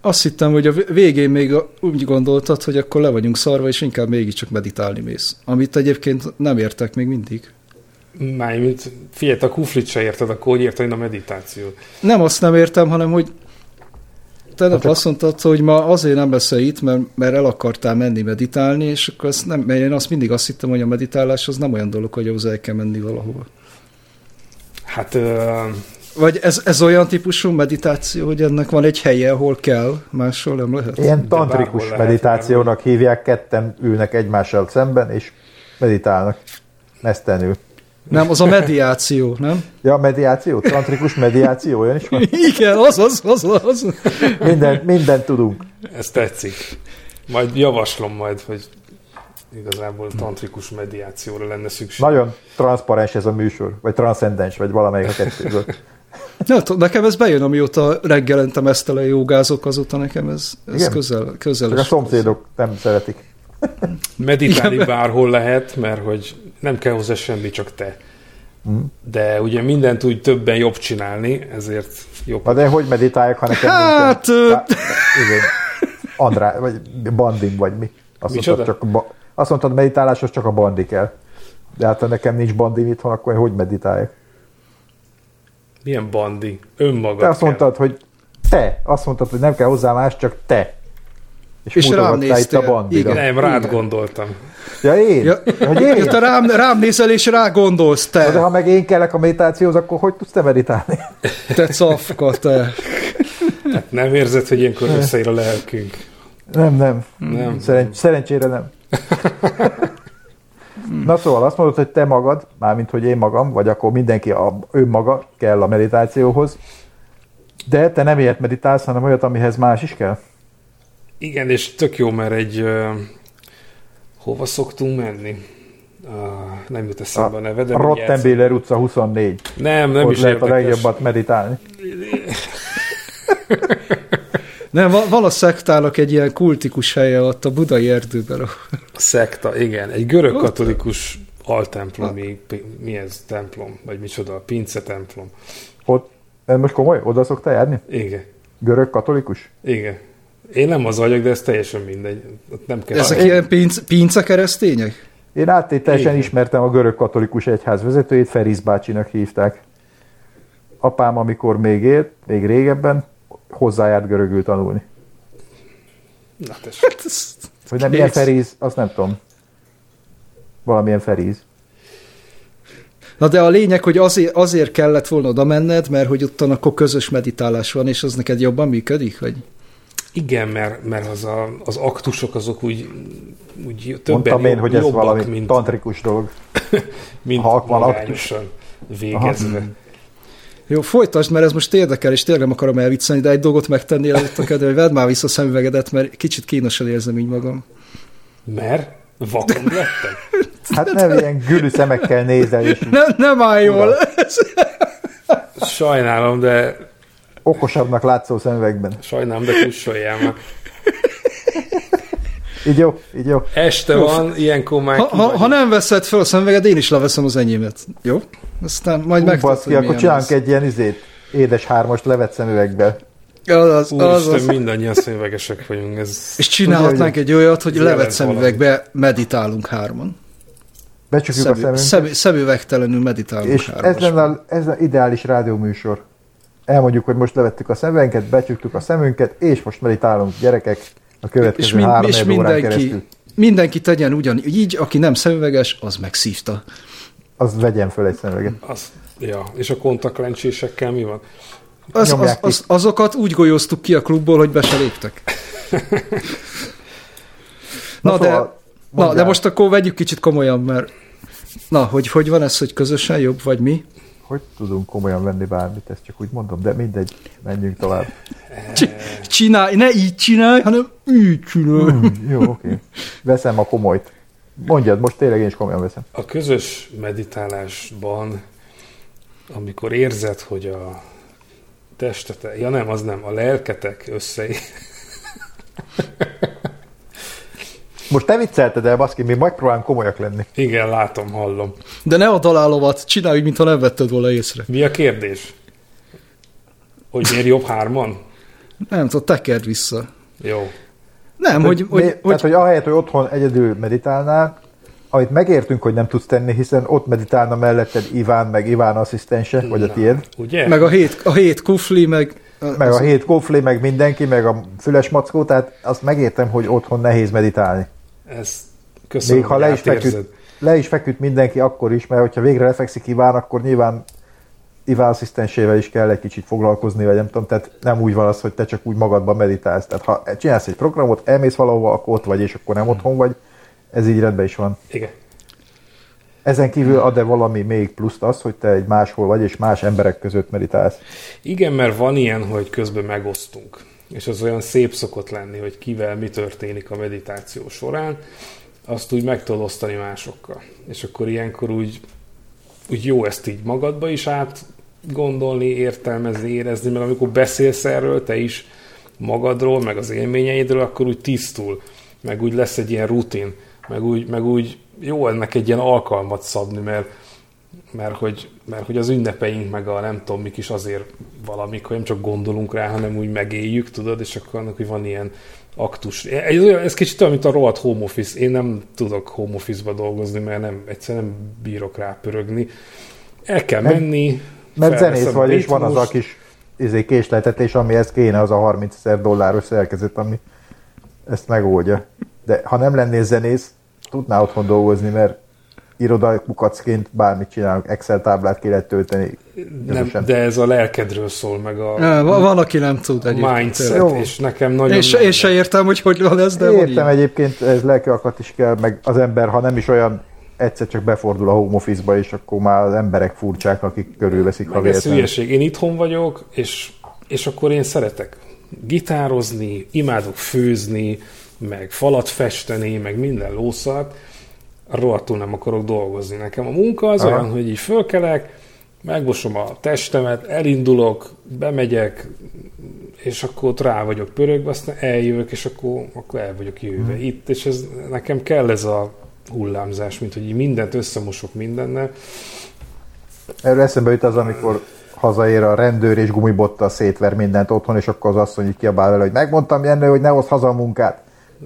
Azt hittem, hogy a végén még úgy gondoltad, hogy akkor le vagyunk szarva, és inkább mégiscsak meditálni mész. Amit egyébként nem értek még mindig. Mármint, figyelj, a kuflit se érted, akkor hogy érted a meditációt? Nem azt nem értem, hanem hogy te azt mondtad, hogy ma azért nem leszel itt, mert, mert el akartál menni meditálni, és akkor azt nem, mert én azt mindig azt hittem, hogy a meditálás az nem olyan dolog, hogy ahhoz el kell menni valahova. Hát... Uh... Vagy ez, ez olyan típusú meditáció, hogy ennek van egy helye, ahol kell, máshol nem lehet? Ilyen tantrikus meditációnak lehet, hívják, ketten ülnek egymással szemben, és meditálnak mesztelenül. Nem, az a mediáció, nem? Ja, mediáció, tantrikus mediáció, olyan is van? Igen, az, az, az, az. Minden, mindent tudunk. Ez tetszik. Majd javaslom majd, hogy igazából tantrikus mediációra lenne szükség. Nagyon transzparens ez a műsor, vagy transzcendens, vagy valamelyik a kettőből. Ja, nekem ez bejön, amióta reggelente mesztelen jogázok, azóta nekem ez, ez közel, közel. Csak a szomszédok nem szeretik. Meditálni Igen. bárhol lehet, mert hogy nem kell hozzá semmi, csak te. De ugye mindent úgy többen jobb csinálni, ezért jobb. Na de hogy meditáljak, ha nekem hát, nincsen? Hát, Andrá, vagy bandim, vagy mi? Azt mondtad, csak ba, azt mondtad, meditáláshoz csak a bandi kell. De hát ha nekem nincs bandim itthon, akkor hogy meditáljak? Milyen bandi? Önmagad Te azt kell. mondtad, hogy te. Azt mondtad, hogy nem kell hozzá más, csak te. És, és rám mutogattál itt a néztél. bandira. Igen. Nem, rád Igen. gondoltam. Ja, én? Ja, Hogy én? ja, te rám, rám nézel, és rá gondolsz, te. Na, de ha meg én kellek a meditációhoz, akkor hogy tudsz te meditálni? Te cafka, te. Hát nem érzed, hogy ilyenkor összeír a lelkünk? Nem, nem. Nem. Szeren- szerencsére nem. Na szóval azt mondod, hogy te magad, mármint hogy én magam, vagy akkor mindenki a, önmaga kell a meditációhoz, de te nem ilyet meditálsz, hanem olyat, amihez más is kell. Igen, és tök jó, mert egy... Uh, hova szoktunk menni? Uh, nem jut eszembe a, a neve, de... A Rottenbiller utca huszonnégy. Nem, nem ott is lehet érdekes. a legjobbat meditálni. Nem, van, van a szektának egy ilyen kultikus helye ott a budai erdőben. A szekta, igen. Egy görög katolikus altemplomi, mi ez templom, vagy micsoda, pince templom. Ott, ez most komoly? Oda szoktál járni? Igen. Görög katolikus? Igen. Én nem az vagyok, de ez teljesen mindegy. Ott nem kell. Ezek ilyen pinc, pince keresztények? Én áttételesen Igen. ismertem a görög katolikus egyház vezetőjét, Feris bácsinak hívták. Apám, amikor még élt, még régebben, hozzájárt görögül tanulni. Na tessék. Hogy nem milyen Feris, azt nem tudom. Valamilyen Feris. Na de a lényeg, hogy azért, azért kellett volna oda menned, mert hogy ottan akkor közös meditálás van, és az neked jobban működik? Vagy? Igen, mert, mert az, a, az aktusok azok úgy, úgy többen Mondtam én, jobb, hogy ez jobbak, valami mint, tantrikus dolog. mint ha van magányosan végezve. Aha. Jó, folytasd, mert ez most érdekel, és tényleg nem akarom elviccelni, de egy dolgot megtenni előtt a kedve, hogy vedd már vissza a szemüvegedet, mert kicsit kínosan érzem így magam. Mert vakon lettem. Hát nem ilyen gülű szemekkel nézel, és Nem, nem áll jól. Sajnálom, de okosabbnak látszó szemüvegben. sajnálom, de kussoljál már. Így jó, így jó. Este van, ilyenkor már Ha, ha, ha nem veszed fel a szemüveged, én is leveszem az enyémet. Jó? Aztán majd megtudod, Baszki, akkor csinálunk egy ilyen izét, édes hármast levett szemüvegbe. Az, az, az, Úristen, az. mindannyian szövegesek vagyunk. Ez... És csinálhatnánk egy olyat, hogy Jelent levett szemüvegbe meditálunk hárman. Becsukjuk a Szemü, szemünket, szemü, szemüvegtelenül meditálunk és hárman. ez lenne a, ez az ideális rádióműsor. Elmondjuk, hogy most levettük a szemüveget, becsuktuk a szemünket, és most meditálunk, gyerekek, a következő és, mind, három és órán mindenki, keresztül. mindenki tegyen ugyanígy, aki nem szemüveges, az megszívta. Az vegyen föl egy szemüveget. Az, ja, és a kontaktlencsésekkel mi van? Az, az, Nyomják ki. az, azokat úgy golyoztuk ki a klubból, hogy be se léptek. Na, Na de, szóval, na de mondjál. most akkor vegyük kicsit komolyan, mert na, hogy, hogy van ez, hogy közösen jobb, vagy mi? Hogy tudunk komolyan venni bármit, ezt csak úgy mondom, de mindegy, menjünk tovább. Csi- Csinálj, ne így csinálj, hanem így csinálj. Hmm, jó, oké. Veszem a komolyt. Mondjad, most tényleg én is komolyan veszem. A közös meditálásban, amikor érzed, hogy a testetek, ja nem, az nem, a lelketek össze... Most te viccelted el, baszki, mi megpróbálunk komolyak lenni. Igen, látom, hallom. De ne a dalálovat, csinálj, mintha nem vetted volna észre. Mi a kérdés? Hogy miért jobb hárman? Nem tudom, tekerd vissza. Jó. Nem, hogy, hogy... hogy, né, hogy tehát, hogy ahelyett, hogy otthon egyedül meditálnál, amit megértünk, hogy nem tudsz tenni, hiszen ott meditálna melletted Iván, meg Iván asszisztense, Na, vagy a tiéd. Ugye? Meg a hét, a hét kufli, meg... Meg a hét kofli, meg mindenki, meg a füles mackó, tehát azt megértem, hogy otthon nehéz meditálni. Ez köszönöm, még ha le is, feküdt, le is feküdt mindenki, akkor is, mert hogyha végre lefekszik Iván, akkor nyilván Iván asszisztensével is kell egy kicsit foglalkozni, vagy nem tudom, tehát nem úgy van az, hogy te csak úgy magadban meditálsz. Tehát ha csinálsz egy programot, elmész valahova, akkor ott vagy, és akkor nem otthon vagy, ez így rendben is van. Igen. Ezen kívül ad-e valami még pluszt az, hogy te egy máshol vagy, és más emberek között meditálsz? Igen, mert van ilyen, hogy közben megosztunk. És az olyan szép szokott lenni, hogy kivel mi történik a meditáció során, azt úgy meg tudod osztani másokkal. És akkor ilyenkor úgy, úgy jó ezt így magadba is átgondolni, értelmezni, érezni, mert amikor beszélsz erről, te is magadról, meg az élményeidről, akkor úgy tisztul, meg úgy lesz egy ilyen rutin, meg úgy, meg úgy jó ennek egy ilyen alkalmat szabni, mert, mert, hogy, mert hogy az ünnepeink, meg a nem tudom mik is azért valamik, hogy nem csak gondolunk rá, hanem úgy megéljük, tudod, és akkor annak, hogy van ilyen aktus. Ez, ez kicsit olyan, mint a rohadt home office. Én nem tudok home office-ba dolgozni, mert nem, egyszerűen nem bírok rá pörögni. El kell menni. Mert zenész vagy, és van az a kis izé, késleltetés, amihez kéne az a harmincezer dolláros szerkezet, ami ezt megoldja. De ha nem lennél zenész, tudnál otthon dolgozni, mert irodai kukacként bármit csinálunk, Excel táblát ki lehet tölteni. Nem, de ez a lelkedről szól, meg a ja, van, aki nem tud egyébként. Mindset, jó. És nekem nagyon... És, én se értem, hogy hogy van ez, de értem van egyébként, ez lelkiakat is kell, meg az ember, ha nem is olyan egyszer csak befordul a home office-ba, és akkor már az emberek furcsák, akik körülveszik, ha véletlen. Ez hülyeség. Én itthon vagyok, és, és akkor én szeretek gitározni, imádok főzni, meg falat festeni, meg minden lószat, rohadtul nem akarok dolgozni. Nekem a munka az Aha. olyan, hogy így fölkelek, megmosom a testemet, elindulok, bemegyek, és akkor ott rá vagyok pörögve, aztán eljövök, és akkor, akkor el vagyok jövve hmm. itt, és ez, nekem kell ez a hullámzás, mint hogy így mindent összemosok mindennel. Erről eszembe jut az, amikor hazaér a rendőr, és gumibottal szétver mindent otthon, és akkor az asszony így kiabál vele, hogy megmondtam, Jenő, hogy ne hozz haza a munkát.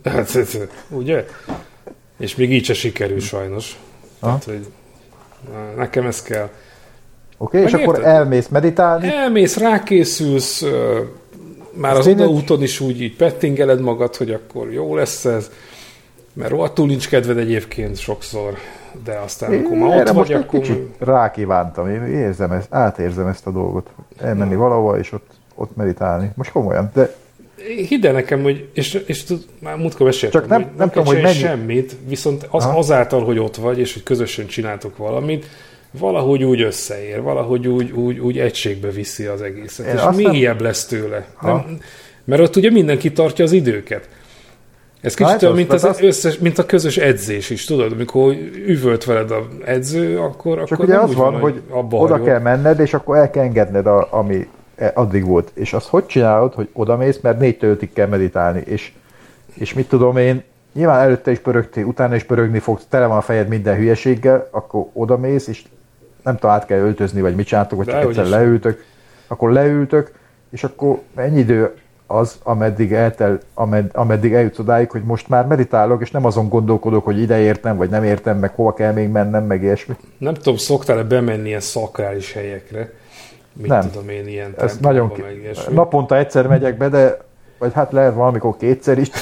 Ugye? És még így se sikerül sajnos. Tehát, hogy nekem ez kell. Oké, okay, és akkor elmész meditálni? Elmész, rákészülsz, már az odaúton is úgy így pettingeled magad, hogy akkor jó lesz ez, mert rohadtul nincs kedved egyébként sokszor, de aztán én akkor már ott vagy, akkor... kicsit rákívántam, én érzem ezt, átérzem ezt a dolgot. Elmenni valahova, és ott, ott meditálni. Most komolyan, de... Hidd el nekem, hogy, és, és tud, már múltkor meséltem, csak nem, hogy nem, nem tudom, hogy mennyi... semmit, viszont az, azáltal, hogy ott vagy, és hogy közösen csináltok valamit, valahogy úgy összeér, valahogy úgy, úgy, úgy egységbe viszi az egészet, én és mélyebb lesz tőle. Nem, mert ott ugye mindenki tartja az időket. Ez kicsit olyan, mint, az az... összes, mint a közös edzés is, tudod? Amikor üvölt veled az edző, akkor, csak akkor ugye nem az úgy van, van, hogy abba oda hagyod. kell menned, és akkor el kell engedned, a, ami addig volt. És azt hogy csinálod, hogy odamész, mert négytől ötig kell meditálni, és, és mit tudom én, nyilván előtte is pörögtél, utána is pörögni fogsz, tele van a fejed minden hülyeséggel, akkor odamész, és nem tudom, át kell öltözni, vagy mit csináltok, vagy csak egyszer leültök, akkor leültök, és akkor ennyi idő az, ameddig, eltel, amed, ameddig eljutsz odáig, hogy most már meditálok, és nem azon gondolkodok, hogy ide értem, vagy nem értem, meg hova kell még mennem, meg ilyesmi. Nem tudom, szoktál-e bemenni ilyen szakrális helyekre? Mit nem. tudom én, ilyen Ez nagyon ki... Naponta egyszer megyek be, de vagy hát lehet valamikor kétszer is.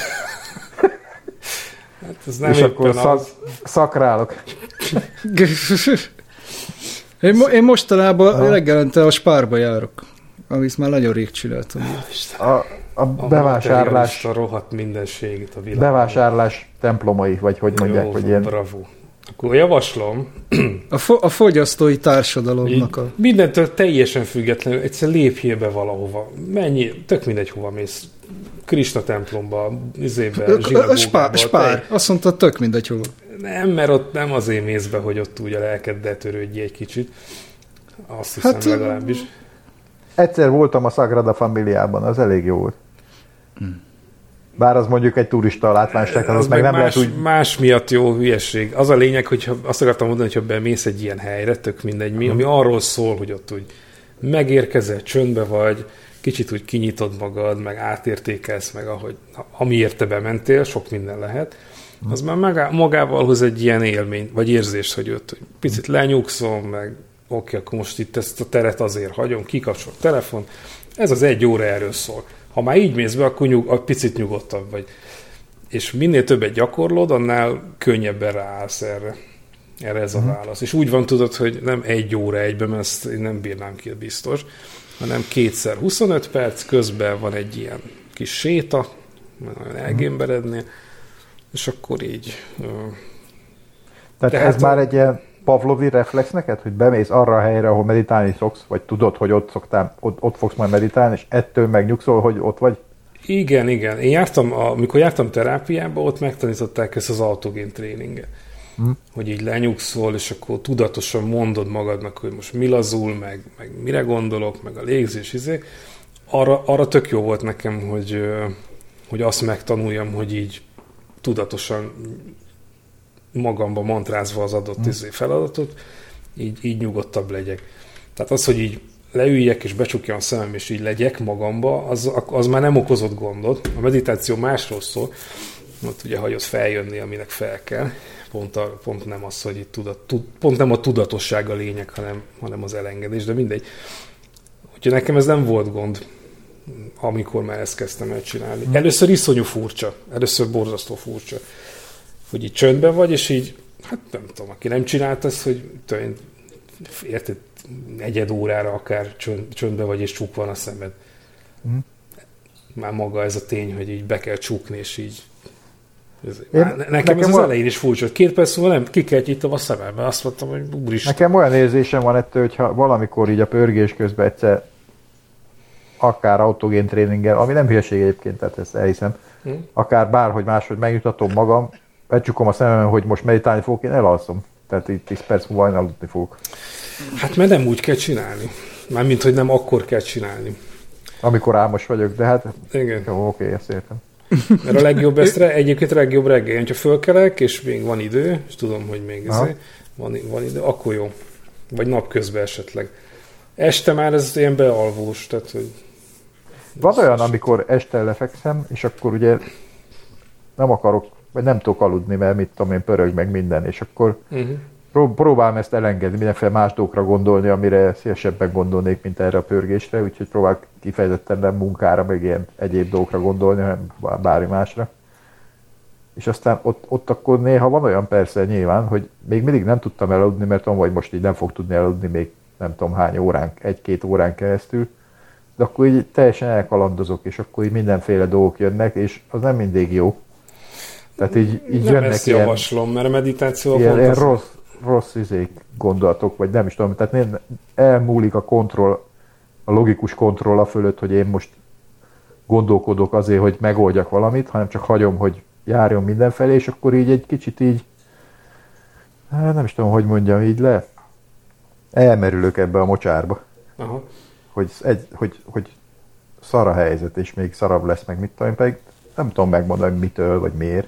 Hát ez nem és akkor az... szak, szakrálok. Én, mo- én mostanában ha. reggelente a Spárba járok, amit már nagyon rég csináltam. A, a, a bevásárlás... A rohadt mindenségét a világban. Bevásárlás templomai, vagy hogy mondják, jó, hogy ilyen... bravo. Akkor javaslom... A, fo- a fogyasztói társadalomnak a... Mindentől teljesen függetlenül, egyszer lépjél be valahova. Mennyi, tök mindegy, hova mész. Krishna templomba, izébe, zsinagógába. Spár, spár. Azt mondta, tök mindegy, hova. Nem, mert ott nem azért mész be, hogy ott úgy a lelkeddel törődj egy kicsit. Azt hiszem hát, legalábbis. Egyszer voltam a Sagrada Familiában, az elég jó volt. Hmm. Bár az mondjuk egy turista látványosság, az, az meg nem más, lehet úgy... Más miatt jó hülyeség. Az a lényeg, hogy azt akartam mondani, hogy ha bemész egy ilyen helyre, tök mindegy mi, ami arról szól, hogy ott úgy megérkezel, csöndbe vagy, kicsit úgy kinyitod magad, meg átértékelsz, meg ahogy, amiért te bementél, sok minden lehet, az már magá, magával hoz egy ilyen élmény, vagy érzést, hogy ott hogy picit lenyugszom, meg oké, akkor most itt ezt a teret azért hagyom, kikapcsol a telefon. Ez az egy óra erről szól. Ha már így mész be, akkor nyug, picit nyugodtabb vagy. És minél többet gyakorlod, annál könnyebben ráállsz erre. Erre ez a válasz. És úgy van, tudod, hogy nem egy óra egyben, mert ezt én nem bírnám ki, biztos, hanem kétszer huszonöt perc, közben van egy ilyen kis séta, nagyon elgémberednél, és akkor így... Tehát, Tehát ez a... már egy ilyen Pavlovi reflex neked, hogy bemész arra a helyre, ahol meditálni szoksz, vagy tudod, hogy ott, szoktál, ott, ott fogsz majd meditálni, és ettől megnyugszol, hogy ott vagy? Igen, igen. Én jártam, amikor jártam terápiába, ott megtanították ezt az autogén tréninget. Hmm. Hogy így lenyugszol, és akkor tudatosan mondod magadnak, hogy most mi lazul, meg, meg mire gondolok, meg a légzés, izé. Arra, arra tök jó volt nekem, hogy, hogy azt megtanuljam, hogy így tudatosan magamba mantrázva az adott hmm. izé feladatot, így, így nyugodtabb legyek. Tehát az, hogy így leüljek, és becsukjam a szemem, és így legyek magamba, az, az már nem okozott gondot. A meditáció másról szól, ott ugye hagyod feljönni, aminek fel kell. Pont, a, pont nem az, hogy itt tudat, tud, pont nem a tudatosság a lényeg, hanem, hanem az elengedés, de mindegy. Úgyhogy nekem ez nem volt gond, amikor már ezt kezdtem el csinálni. Először iszonyú furcsa, először borzasztó furcsa, hogy így csöndben vagy, és így, hát nem tudom, aki nem csinált ezt, hogy tőle, érted, negyed órára akár csönd, csöndben vagy, és csuk van a szemed. Mm. Már maga ez a tény, hogy így be kell csukni, és így ez, Én, már, nekem, nekem ez az olyan... elején is furcsa, két perc múlva nem, ki kell nyitnom a szemembe, azt mondtam, hogy úristen. Nekem olyan érzésem van ettől, hogyha valamikor így a pörgés közben egyszer akár autogén tréninggel, ami nem hülyeség egyébként, tehát ezt elhiszem, mm. akár bárhogy máshogy megnyugtatom magam, becsukom a szemem, hogy most meditálni fogok, én elalszom. Tehát így tíz perc múlva én aludni fogok. Hát mert nem úgy kell csinálni. Mármint, hogy nem akkor kell csinálni. Amikor álmos vagyok, de hát... Igen. Jó, oké, ezt értem. Mert a legjobb ezt, egyébként a legjobb reggel, hogyha fölkelek, és még van idő, és tudom, hogy még ezért, van, van idő, akkor jó. Vagy napközben esetleg. Este már ez ilyen bealvós, tehát, hogy... Van olyan, amikor este lefekszem, és akkor ugye nem akarok, vagy nem tudok aludni, mert mit tudom én, pörög meg minden, és akkor uh-huh. próbálom ezt elengedni, mindenféle más dolgokra gondolni, amire szívesebben gondolnék, mint erre a pörgésre, úgyhogy próbálok kifejezetten nem munkára, meg ilyen egyéb dolgokra gondolni, hanem bármi másra. És aztán ott, ott akkor néha van olyan persze nyilván, hogy még mindig nem tudtam elaludni, mert tudom, hogy most így nem fog tudni elaludni még nem tudom hány órán, egy-két órán keresztül, de akkor így teljesen elkalandozok, és akkor így mindenféle dolgok jönnek, és az nem mindig jó. Tehát így, így nem jönnek ezt ilyen, javaslom, mert a meditáció ilyen, ilyen rossz, rossz izék, gondolatok, vagy nem is tudom, tehát elmúlik a kontroll, a logikus kontroll a fölött, hogy én most gondolkodok azért, hogy megoldjak valamit, hanem csak hagyom, hogy járjon mindenfelé, és akkor így egy kicsit így, nem is tudom, hogy mondjam, így le, elmerülök ebbe a mocsárba. Aha. Hogy, egy, hogy, hogy szar a helyzet, és még szarabb lesz, meg mit tudom, pedig nem tudom megmondani, mitől, vagy miért.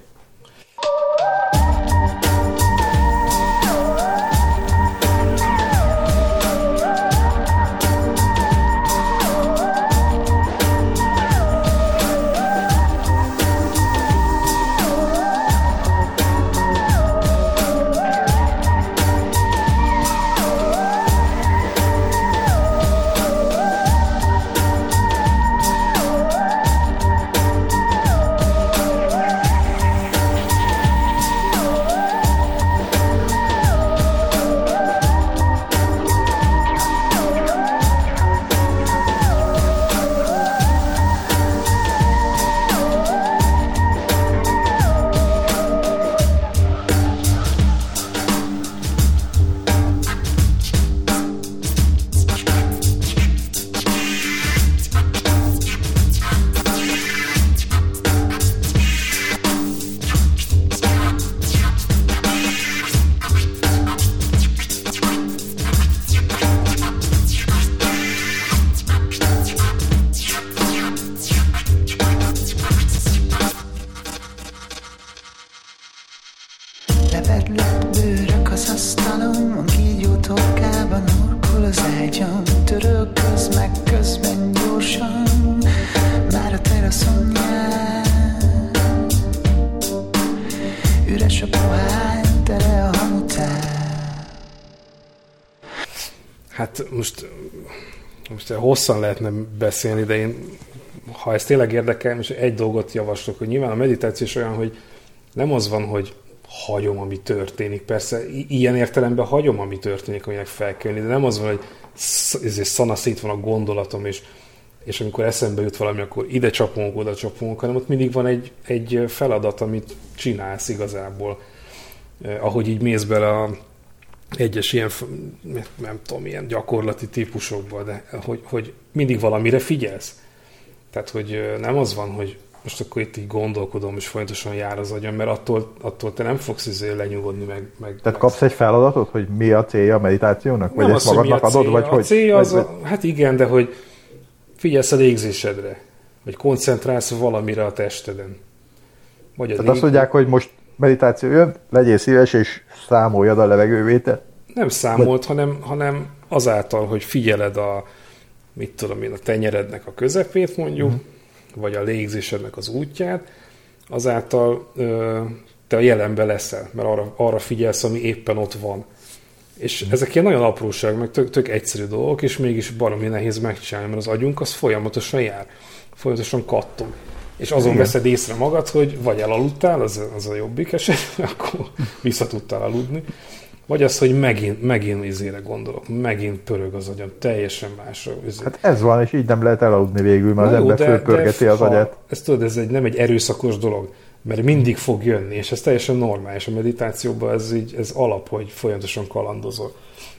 Hát most, most hosszan lehetne beszélni, de én, ha ez tényleg érdekel, most egy dolgot javaslok, hogy nyilván a meditáció is olyan, hogy nem az van, hogy hagyom, ami történik. Persze ilyen értelemben hagyom, ami történik, aminek fel kell jönni, de nem az van, hogy ezért szanaszét van a gondolatom, és, és amikor eszembe jut valami, akkor ide csapunk, oda csapunk, hanem ott mindig van egy, egy feladat, amit csinálsz igazából. Eh, ahogy így mész bele a egyes ilyen, nem tudom, ilyen gyakorlati típusokba, de hogy, hogy mindig valamire figyelsz. Tehát, hogy nem az van, hogy most akkor itt így gondolkodom, és folyamatosan jár az agyam, mert attól, attól te nem fogsz izé lenyugodni, meg... meg Tehát meg kapsz egy feladatot, hogy mi a célja a meditációnak? Vagy nem ezt az, magadnak adod? Célja. Vagy a hogy? célja vagy, az a, hát igen, de hogy figyelsz a légzésedre, vagy koncentrálsz valamire a testeden. Vagy a Tehát lég... azt mondják, hogy most meditáció jön, legyél szíves, és számoljad a levegővételt? Nem számolt, hanem, hanem azáltal, hogy figyeled a, mit tudom én, a tenyerednek a közepét mondjuk, uh-huh. vagy a légzésednek az útját, azáltal ö, te a jelenben leszel, mert arra, arra figyelsz, ami éppen ott van. És uh-huh. ezek ilyen nagyon apróság, meg tök, tök egyszerű dolgok, és mégis baromi nehéz megcsinálni, mert az agyunk az folyamatosan jár, folyamatosan kattog. És azon igen. veszed észre magad, hogy vagy elaludtál, az, az a jobbik eset, akkor vissza tudtál aludni, vagy az, hogy megint, megint izére gondolok, megint pörög az agyam, teljesen másra. Hát ez van, és így nem lehet elaludni végül, mert az ember fölpörgeti az agyat. Ezt tudod, ez egy, nem egy erőszakos dolog, mert mindig fog jönni, és ez teljesen normális. A meditációban ez, így, ez alap, hogy folyamatosan kalandozol.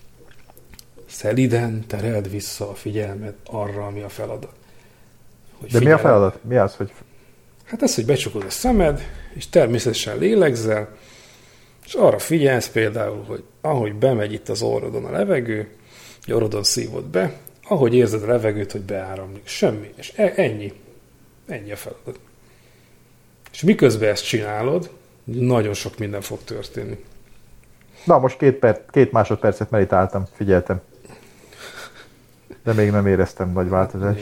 Szeliden tereld vissza a figyelmet arra, ami a feladat. Hogy de figyelem, mi a feladat? Mi az, hogy... Hát az, hogy becsukod a szemed, és természetesen lélegzel, és arra figyelsz például, hogy ahogy bemegy itt az orrodon a levegő, a orrodon szívod be, ahogy érzed a levegőt, hogy beáramlik. Semmi. És ennyi. Ennyi a feladat. És miközben ezt csinálod, nagyon sok minden fog történni. Na, most két, perc, két másodpercet meditáltam, figyeltem. De még nem éreztem nagy változást.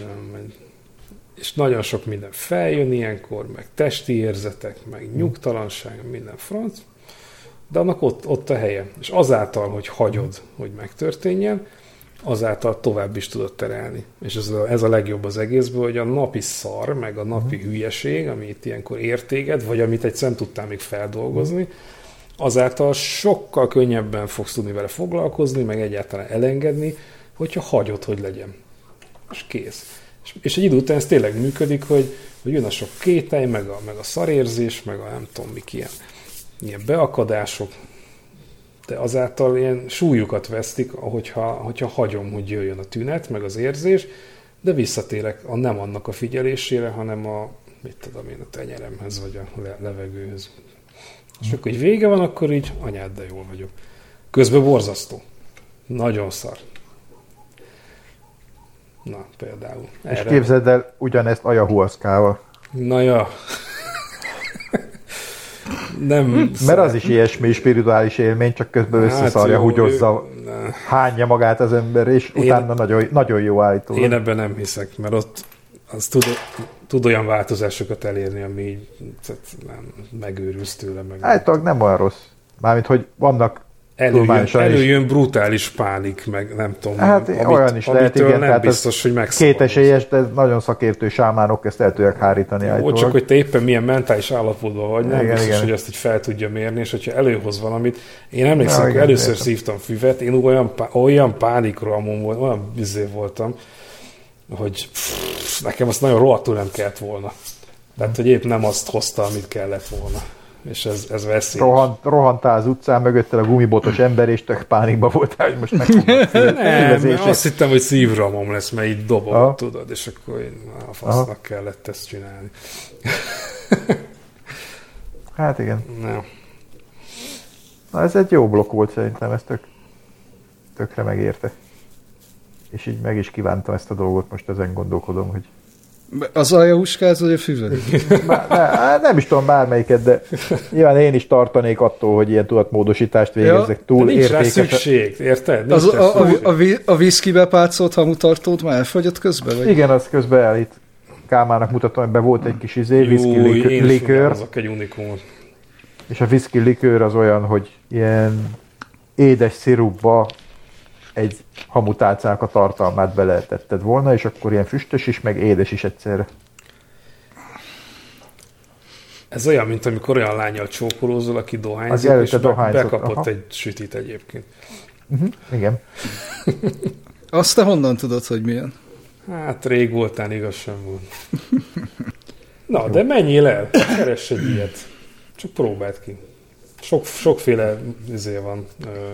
És nagyon sok minden feljön ilyenkor, meg testi érzetek, meg nyugtalanság, minden franc, de annak ott, ott a helye. És azáltal, hogy hagyod, hogy megtörténjen, azáltal tovább is tudod terelni. És ez a, ez a legjobb az egészből, hogy a napi szar, meg a napi hülyeség, ami itt ilyenkor értéged, vagy amit egy nem tudtál még feldolgozni, azáltal sokkal könnyebben fogsz tudni vele foglalkozni, meg egyáltalán elengedni, hogyha hagyod, hogy legyen. És kész. És, és egy idő után ez tényleg működik, hogy, hogy jön a sok kételj, meg a, meg a szarérzés, meg a nem tudom mik ilyen, ilyen beakadások, de azáltal ilyen súlyukat vesztik, hogyha, hogyha hagyom, hogy jöjjön a tünet, meg az érzés, de visszatérek a nem annak a figyelésére, hanem a, mit tudom én, a tenyeremhez, vagy a le- levegőhöz. És akkor így vége van, akkor így anyád, de jól vagyok. Közben borzasztó. Nagyon szar. Na, például. És erre... képzeld el ugyanezt ayahuaszkával. Na ja. Nem. Mert az is ilyesmi spirituális élmény, csak közben hát összeszarja, húgyozza, hányja magát az ember, és én, utána nagyon, nagyon jó állítólag. Én ebben nem hiszek, mert ott az tud, tud olyan változásokat elérni, ami így nem, megőrülsz tőle. Meg állítólag nem olyan rossz. Mármint, hogy vannak Előjön, előjön is. Brutális pánik, meg nem tudom. Hát amit, olyan is lehet, igen, nem biztos, hogy két esélyes, de nagyon szakértő sámánok ezt el tudják hárítani. Jó, csak hogy te éppen milyen mentális állapotban vagy, nem igen, biztos, igen. hogy ezt így fel tudja mérni, és hogyha előhoz valamit. Én emlékszem, hogy először értem. Szívtam füvet, én olyan, olyan pánikrohamon volt, olyan bizé voltam, hogy pff, nekem azt nagyon rohadtul nem kellett volna. Tehát, hogy épp nem azt hozta, amit kellett volna. És ez, ez veszélyes. Rohant, rohantál az utcán, mögöttel a gumibotos ember, és tök pánikba voltál, hogy most megfogod. Nem, azt hittem, hogy szívramom lesz, mert így dobom, tudod, és akkor én, a fasznak aha. kellett ezt csinálni. Hát igen. Nem. Na, ez egy jó blokk volt szerintem, ez tök, tökre megérte. És így meg is kívántam ezt a dolgot, most ezen gondolkodom, hogy az aljahuskát, vagy a füvet? Ne, nem is tudom bármelyiket, de nyilván én is tartanék attól, hogy ilyen tudatmódosítást végezzek. Túl nincs értékes. rá szükség, érted? Nincs Az, rá a, a, a, a viszkibe pácolt hamutartót már elfogyott közben? Vagy? Igen, az közben el itt Kálmának mutatom, hogy be volt egy kis izé, whisky likőr. Azok egy unikum. És a whisky likőr az olyan, hogy ilyen édes szirupba egy hamutálcának a tartalmát beletetted volna, és akkor ilyen füstös is, meg édes is egyszerre. Ez olyan, mint amikor olyan lányal csókolózol, aki dohányzik, és be, bekapott aha. egy sütit egyébként. Uh-huh, igen. Azt te honnan tudod, hogy milyen? Hát rég voltál, igaz sem volt. Na, de menjél el, keress egy ilyet. Csak próbáld ki. Sok, sokféle izé van.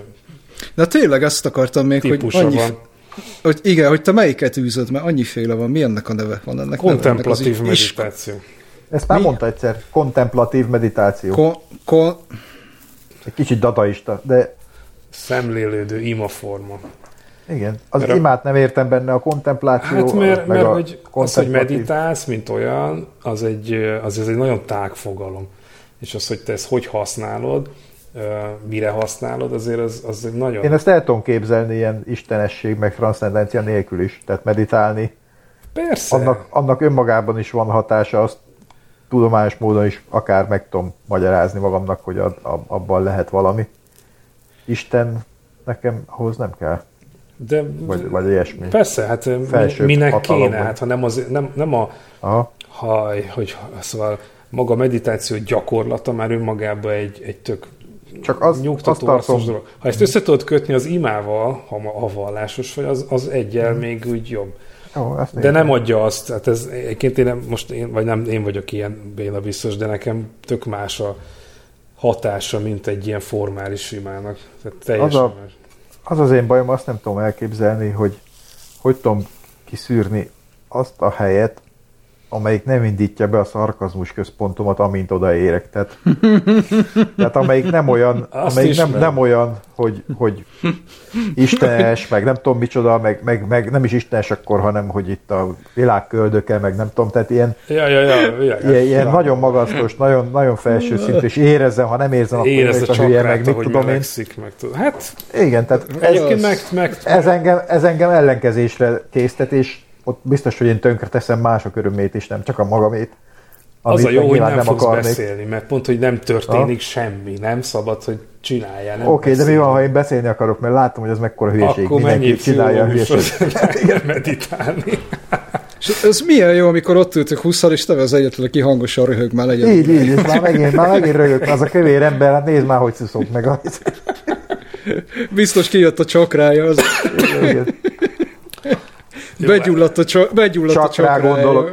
Na tényleg ezt akartam még, hogy annyi, van. Hogy igen, hogy te melyiket űzöd, mert annyiféle van. Mi ennek a neve? Van ennek kontemplatív neve? meditáció. Ezt már Mi? mondta egyszer. Kontemplatív meditáció. Kon, kon... Egy kicsit dadaista, de... Szemlélődő imaforma. Igen, az mert imát nem értem benne, a kontempláció... Hát mert, mert a hogy az, hogy meditálsz, mint olyan, az egy, az, az egy nagyon tág fogalom. És az, hogy te ezt hogy használod, mire használod, azért az, az egy nagyon... Én ezt el tudom képzelni ilyen istenesség, meg transzcendencia nélkül is. Tehát meditálni. Persze. Annak, annak önmagában is van hatása, azt tudományos módon is akár meg tudom magyarázni magamnak, hogy ad, abban lehet valami. Isten nekem ahhoz nem kell. De, vagy, vagy ilyesmi. Persze, hát Felsőbb minek kéne? Hát ha nem, az, nem, nem a... Haj, hogy szóval maga a meditáció gyakorlata már önmagában egy, egy tök csak az, nyugtató tartom... dolog. Ha ezt össze tudod kötni az imával, ha, ha vallásos vagy, az, az egyel hmm. még úgy jobb. Jó, de nem adja azt, hát ez egyébként én nem, most én, vagy nem én vagyok ilyen béna biztos, de nekem tök más a hatása, mint egy ilyen formális imának. Tehát teljesen az, a, az az én bajom, azt nem tudom elképzelni, hogy hogy tudom kiszűrni azt a helyet, amelyik nem indítja be a szarkazmus központomat, amint odaérek. Tehát, tehát amelyik nem olyan, amelyik nem, nem olyan, hogy, hogy istenes, meg nem tudom micsoda, meg, meg, meg nem is istenes akkor, hanem hogy itt a világ köldöke, meg nem tudom, tehát ilyen, ja, ja, ja, ja, ilyen, ilyen nagyon magasztos, nagyon, nagyon felső szintű, és érezzem, ha nem érzem, akkor érez a hülye, meg mit tudom én. Meg tud. Hát, igen, tehát ez, meg, meg, ez, engem, ez engem ellenkezésre késztet, és ott biztos, hogy én tönkre teszem mások örömét is, nem csak a magamét. Az a jó, hogy nem, nem fogsz akarnék. beszélni, mert pont, hogy nem történik ha? semmi, nem szabad, hogy csináljál. Oké, okay, de mi van, ha én beszélni akarok, mert látom, hogy ez mekkora hülyeség. Akkor mindenki csinálja a hülyeséget. meditálni. És ez milyen jó, amikor ott ültök hússzal, és te az egyetlen, aki hangosan röhög már legyen. Így, így, és már megint, már megint röhög, az a kövér ember, hát nézd már, hogy szuszok meg. Biztos kijött a csakrája. Az... Begyulladt a, csa, begyulladt a csakrája. Gondolok.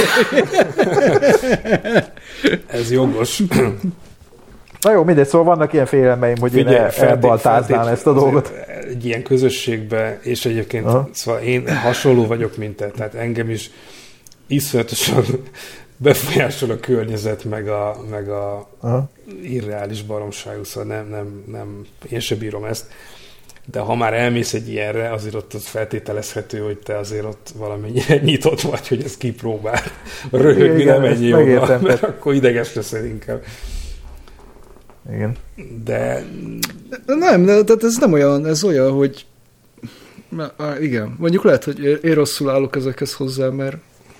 Ez jogos. Na jó, mindegy, szóval vannak ilyen félelmeim, hogy Figyelj, én el, elbaltáznám ezt a dolgot. Egy ilyen közösségbe, és egyébként Aha. szóval én hasonló vagyok, mint te, tehát engem is iszonyatosan befolyásol a környezet, meg a, meg a irreális baromságú, szóval nem, nem, nem, én sem bírom ezt. De ha már elmész egy ilyenre, azért ott az feltételezhető, hogy te azért ott valamennyire nyitott vagy, hogy ezt kipróbál. Röhögni nem ennyi oda, mert akkor ideges leszel inkább. Igen. De... Nem, de, de ez nem olyan, ez olyan, hogy igen, mondjuk lehet, hogy én rosszul állok ezekhez hozzá, mert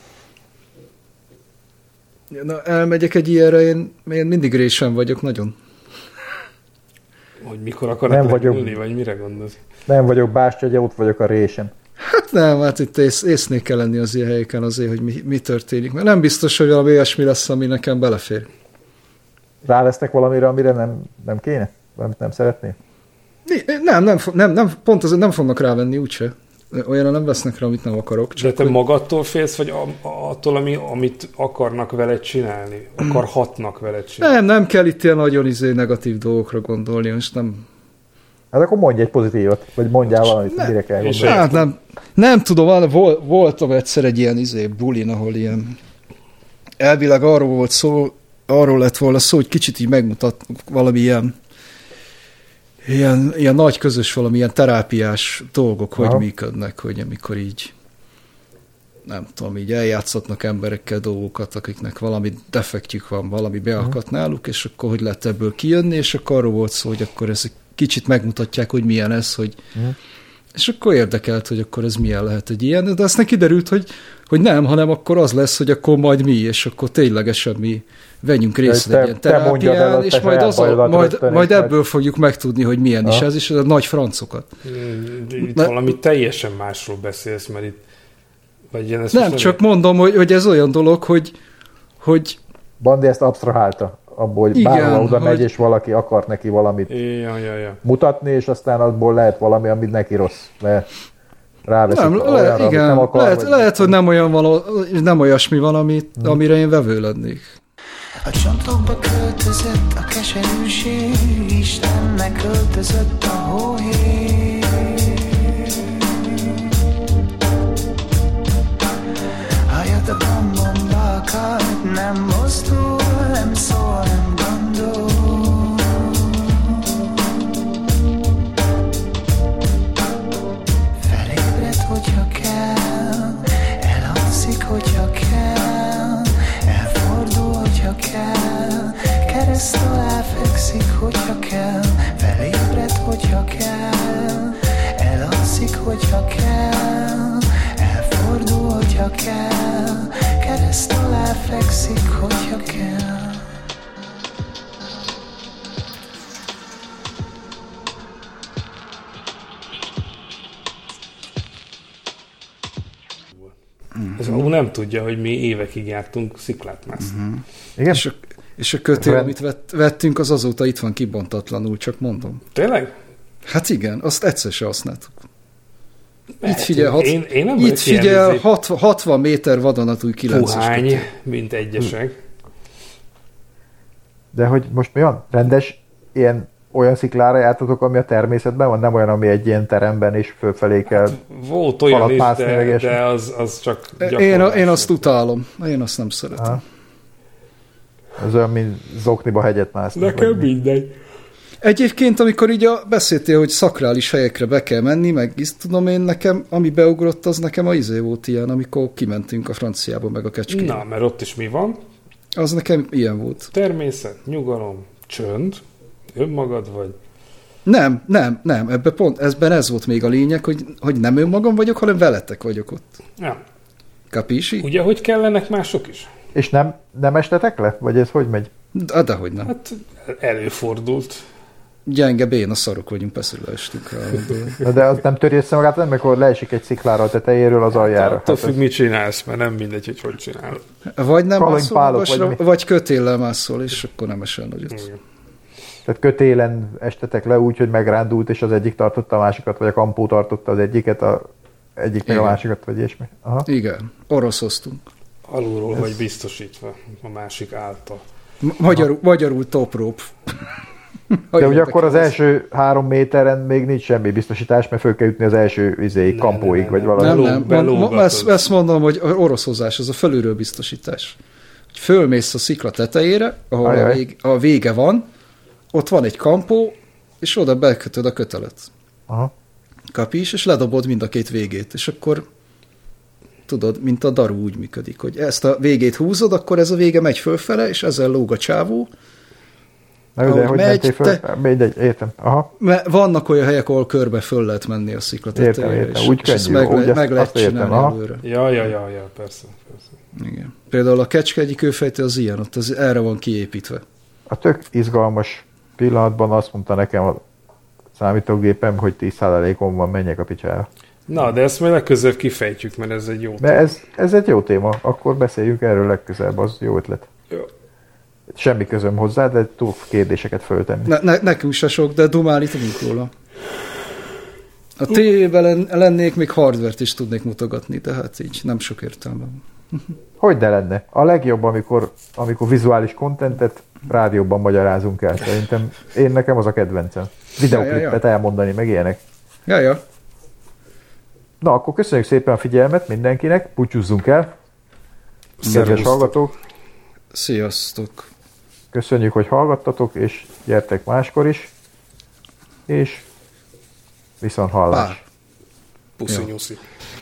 na, elmegyek egy ilyenre, én, én mindig résen vagyok, nagyon. Hogy mikor akarnak leülni, vagy mire gondolsz? Nem vagyok bástya, de ott vagyok a résen. Hát nem, hát itt ész, észnél kell lenni az ilyen helyeken azért, hogy mi, mi történik. Mert nem biztos, hogy valami olyasmi lesz, ami nekem belefér. Rávesznek valamire, amire nem, nem kéne? Valamit nem szeretnél? Nem, nem, nem, nem, pont azért nem fognak rávenni úgyse. Olyanra nem vesznek rá, amit nem akarok. Csak de te hogy... magadtól félsz, vagy attól, ami, amit akarnak veled csinálni? Akarhatnak veled csinálni? Nem, nem kell itt ilyen nagyon izé negatív dolgokra gondolni, most nem... Hát akkor mondj egy pozitívat, vagy mondjál valamit, ne, mire kell gondolni. Hát nem, nem tudom, vol, voltam egyszer egy ilyen izé bulin, ahol ilyen elvileg arról volt szó, arról lett volna szó, hogy kicsit így megmutat valami ilyen Ilyen, ilyen nagy közös valami, ilyen terápiás dolgok, hogy Aha. működnek, hogy amikor így nem tudom, így eljátszatnak emberekkel dolgokat, akiknek valami defektjük van, valami beakadt náluk, és akkor hogy lehet ebből kijönni, és akkor arról volt szó, hogy akkor ez kicsit megmutatják, hogy milyen ez, hogy, És akkor érdekelt, hogy akkor ez milyen lehet egy ilyen, de aztán kiderült, hogy, hogy nem, hanem akkor az lesz, hogy akkor majd mi, és akkor ténylegesen mi vegyünk részt egy ilyen terápián, és majd, az a, majd, majd ebből fogjuk megtudni, hogy milyen ha. is ez, és ez a nagy francokat. Itt Na, valami teljesen másról beszélsz, mert itt... Vagy ilyen, nem, csak nem... mondom, hogy, hogy ez olyan dolog, hogy... hogy Bandi ezt absztrahálta, abból, hogy igen, bárhol oda hogy... megy, és valaki akar neki valamit ja, ja, ja. mutatni, és aztán abból lehet valami, amit neki rossz. Le, ráveszik nem, olyanra, le, igen, nem akar, lehet, lehet, hogy nem, olyan való, nem olyasmi van, amit, hmm. amire én vevő lennék. A csontokba költözött a keserűség, Istennek költözött a hóhé. Hajad a gombomba akad, nem mozdul, nem szól, nem gondol. Felébred, hogyha kell, elalszik, hogyha kell, elfordul, hogyha kell, kereszt alá fekszik, hogyha kell, felébred, hogyha kell, elalszik, hogyha kell, elfordul, hogyha kell, kereszt alá fekszik, hogyha kell. Ez mm-hmm. nem tudja, hogy mi évekig jártunk sziklát mászni. Mm-hmm. Igen? És a, és a kötél, amit vett, vettünk, az azóta itt van kibontatlanul, csak mondom. Tényleg? Hát igen, azt egyszer se használtuk. Mert itt figyel, hat, én, én nem itt figyel hatvan, hatvan méter vadonatúj kilences puhány, kötél. mint egyesek. De hogy most mi van? Rendes ilyen olyan sziklára jártatok, ami a természetben van, nem olyan, ami egy ilyen teremben is fölfelé kell. Hát volt olyan is, de, de az, az csak én, én azt utálom. Én azt nem szeretem. Aha. Ez olyan, mint zokniba hegyet mászni. Nekem mindegy. Egyébként, amikor így a, beszéltél, hogy szakrális helyekre be kell menni, meg is tudom én, nekem, ami beugrott, az nekem a izé volt ilyen, amikor kimentünk a Franciába, meg a Kecskén. Na, mert ott is mi van? Az nekem ilyen volt. Természet, nyugalom, csönd, önmagad vagy? Nem, nem, nem. Ebben pont, ezben ez volt még a lényeg, hogy, hogy nem önmagam vagyok, hanem veletek vagyok ott. Ja. Kapisi? Ugye, hogy kellenek mások is? És nem, nem estetek le? Vagy ez hogy megy? De, dehogy nem. Hát előfordult. Gyenge béna szarok vagyunk, persze leestünk rá. De az nem törj össze magát, amikor leesik egy sziklára a tetejéről az aljára. Attól függ, mit csinálsz, mert nem mindegy, hogy hogy csinálod. Vagy nem mászol magasra, vagy, vagy kötéllel mászol, és akkor nem esel nagyot. Igen. Tehát kötélen estetek le úgy, hogy megrándult, és az egyik tartotta a másikat, vagy a kampó tartotta az egyiket, a egyik meg a másikat, vagy ilyesmi. Aha. Igen, oroszoztunk. Alulról Ez... vagy biztosítva, a másik által. Magyarul, magyarul top rope. De ugye akkor az első három méteren még nincs semmi biztosítás, mert föl kell jutni az első izéig, kampóig, vagy valami. Nem, nem, Mond, ezt, ezt mondom, hogy oroszozás, az a felülről biztosítás. Fölmész a szikla tetejére, ahol a, vég, a vége van, ott van egy kampó, és oda bekötöd a kötelet. Aha. Kapis, és ledobod mind a két végét, és akkor tudod, mint a daru úgy működik, hogy ezt a végét húzod, akkor ez a vége megy fölfele, és ezzel lóg a csávó. Na, de hogy megy, föl? Te... Mindegy, értem. Aha. Vannak olyan helyek, ahol körbe föl lehet menni a szikla tetejére, értem, értem. és, Úgy és ezt meg, le, meg lehet csinálni értem, előre. Ja, ja, ja, ja, persze, persze. Igen. Például a Kecske egyik kőfejtő az ilyen, ott az erre van kiépítve. A tök izgalmas pillanatban azt mondta nekem a számítógépem, hogy tíz százalékon van, menjek a picsára. Na, de ezt majd legközelebb kifejtjük, mert ez egy jó téma. Ez, ez egy jó téma, akkor beszéljünk erről legközelebb, az jó ötlet. Jó. Semmi közöm hozzá, de tudok kérdéseket föltenni. Ne, ne, nekünk se sok, de dumálni tudunk róla. A tévében lennék, még hardvert is tudnék mutogatni, de hát így nem sok értelme. Hogy de lenne? A legjobb, amikor, amikor vizuális kontentet rádióban magyarázunk el. Szerintem én nekem az a kedvencem. Videoklippet ja, ja, ja. elmondani, meg ilyenek. Ja, ja. Na, akkor köszönjük szépen a figyelmet mindenkinek, búcsúzzunk el. Kedves hallgatók. Sziasztok. Köszönjük, hogy hallgattatok, és gyertek máskor is. És viszont hallás. Puszi nyuszi.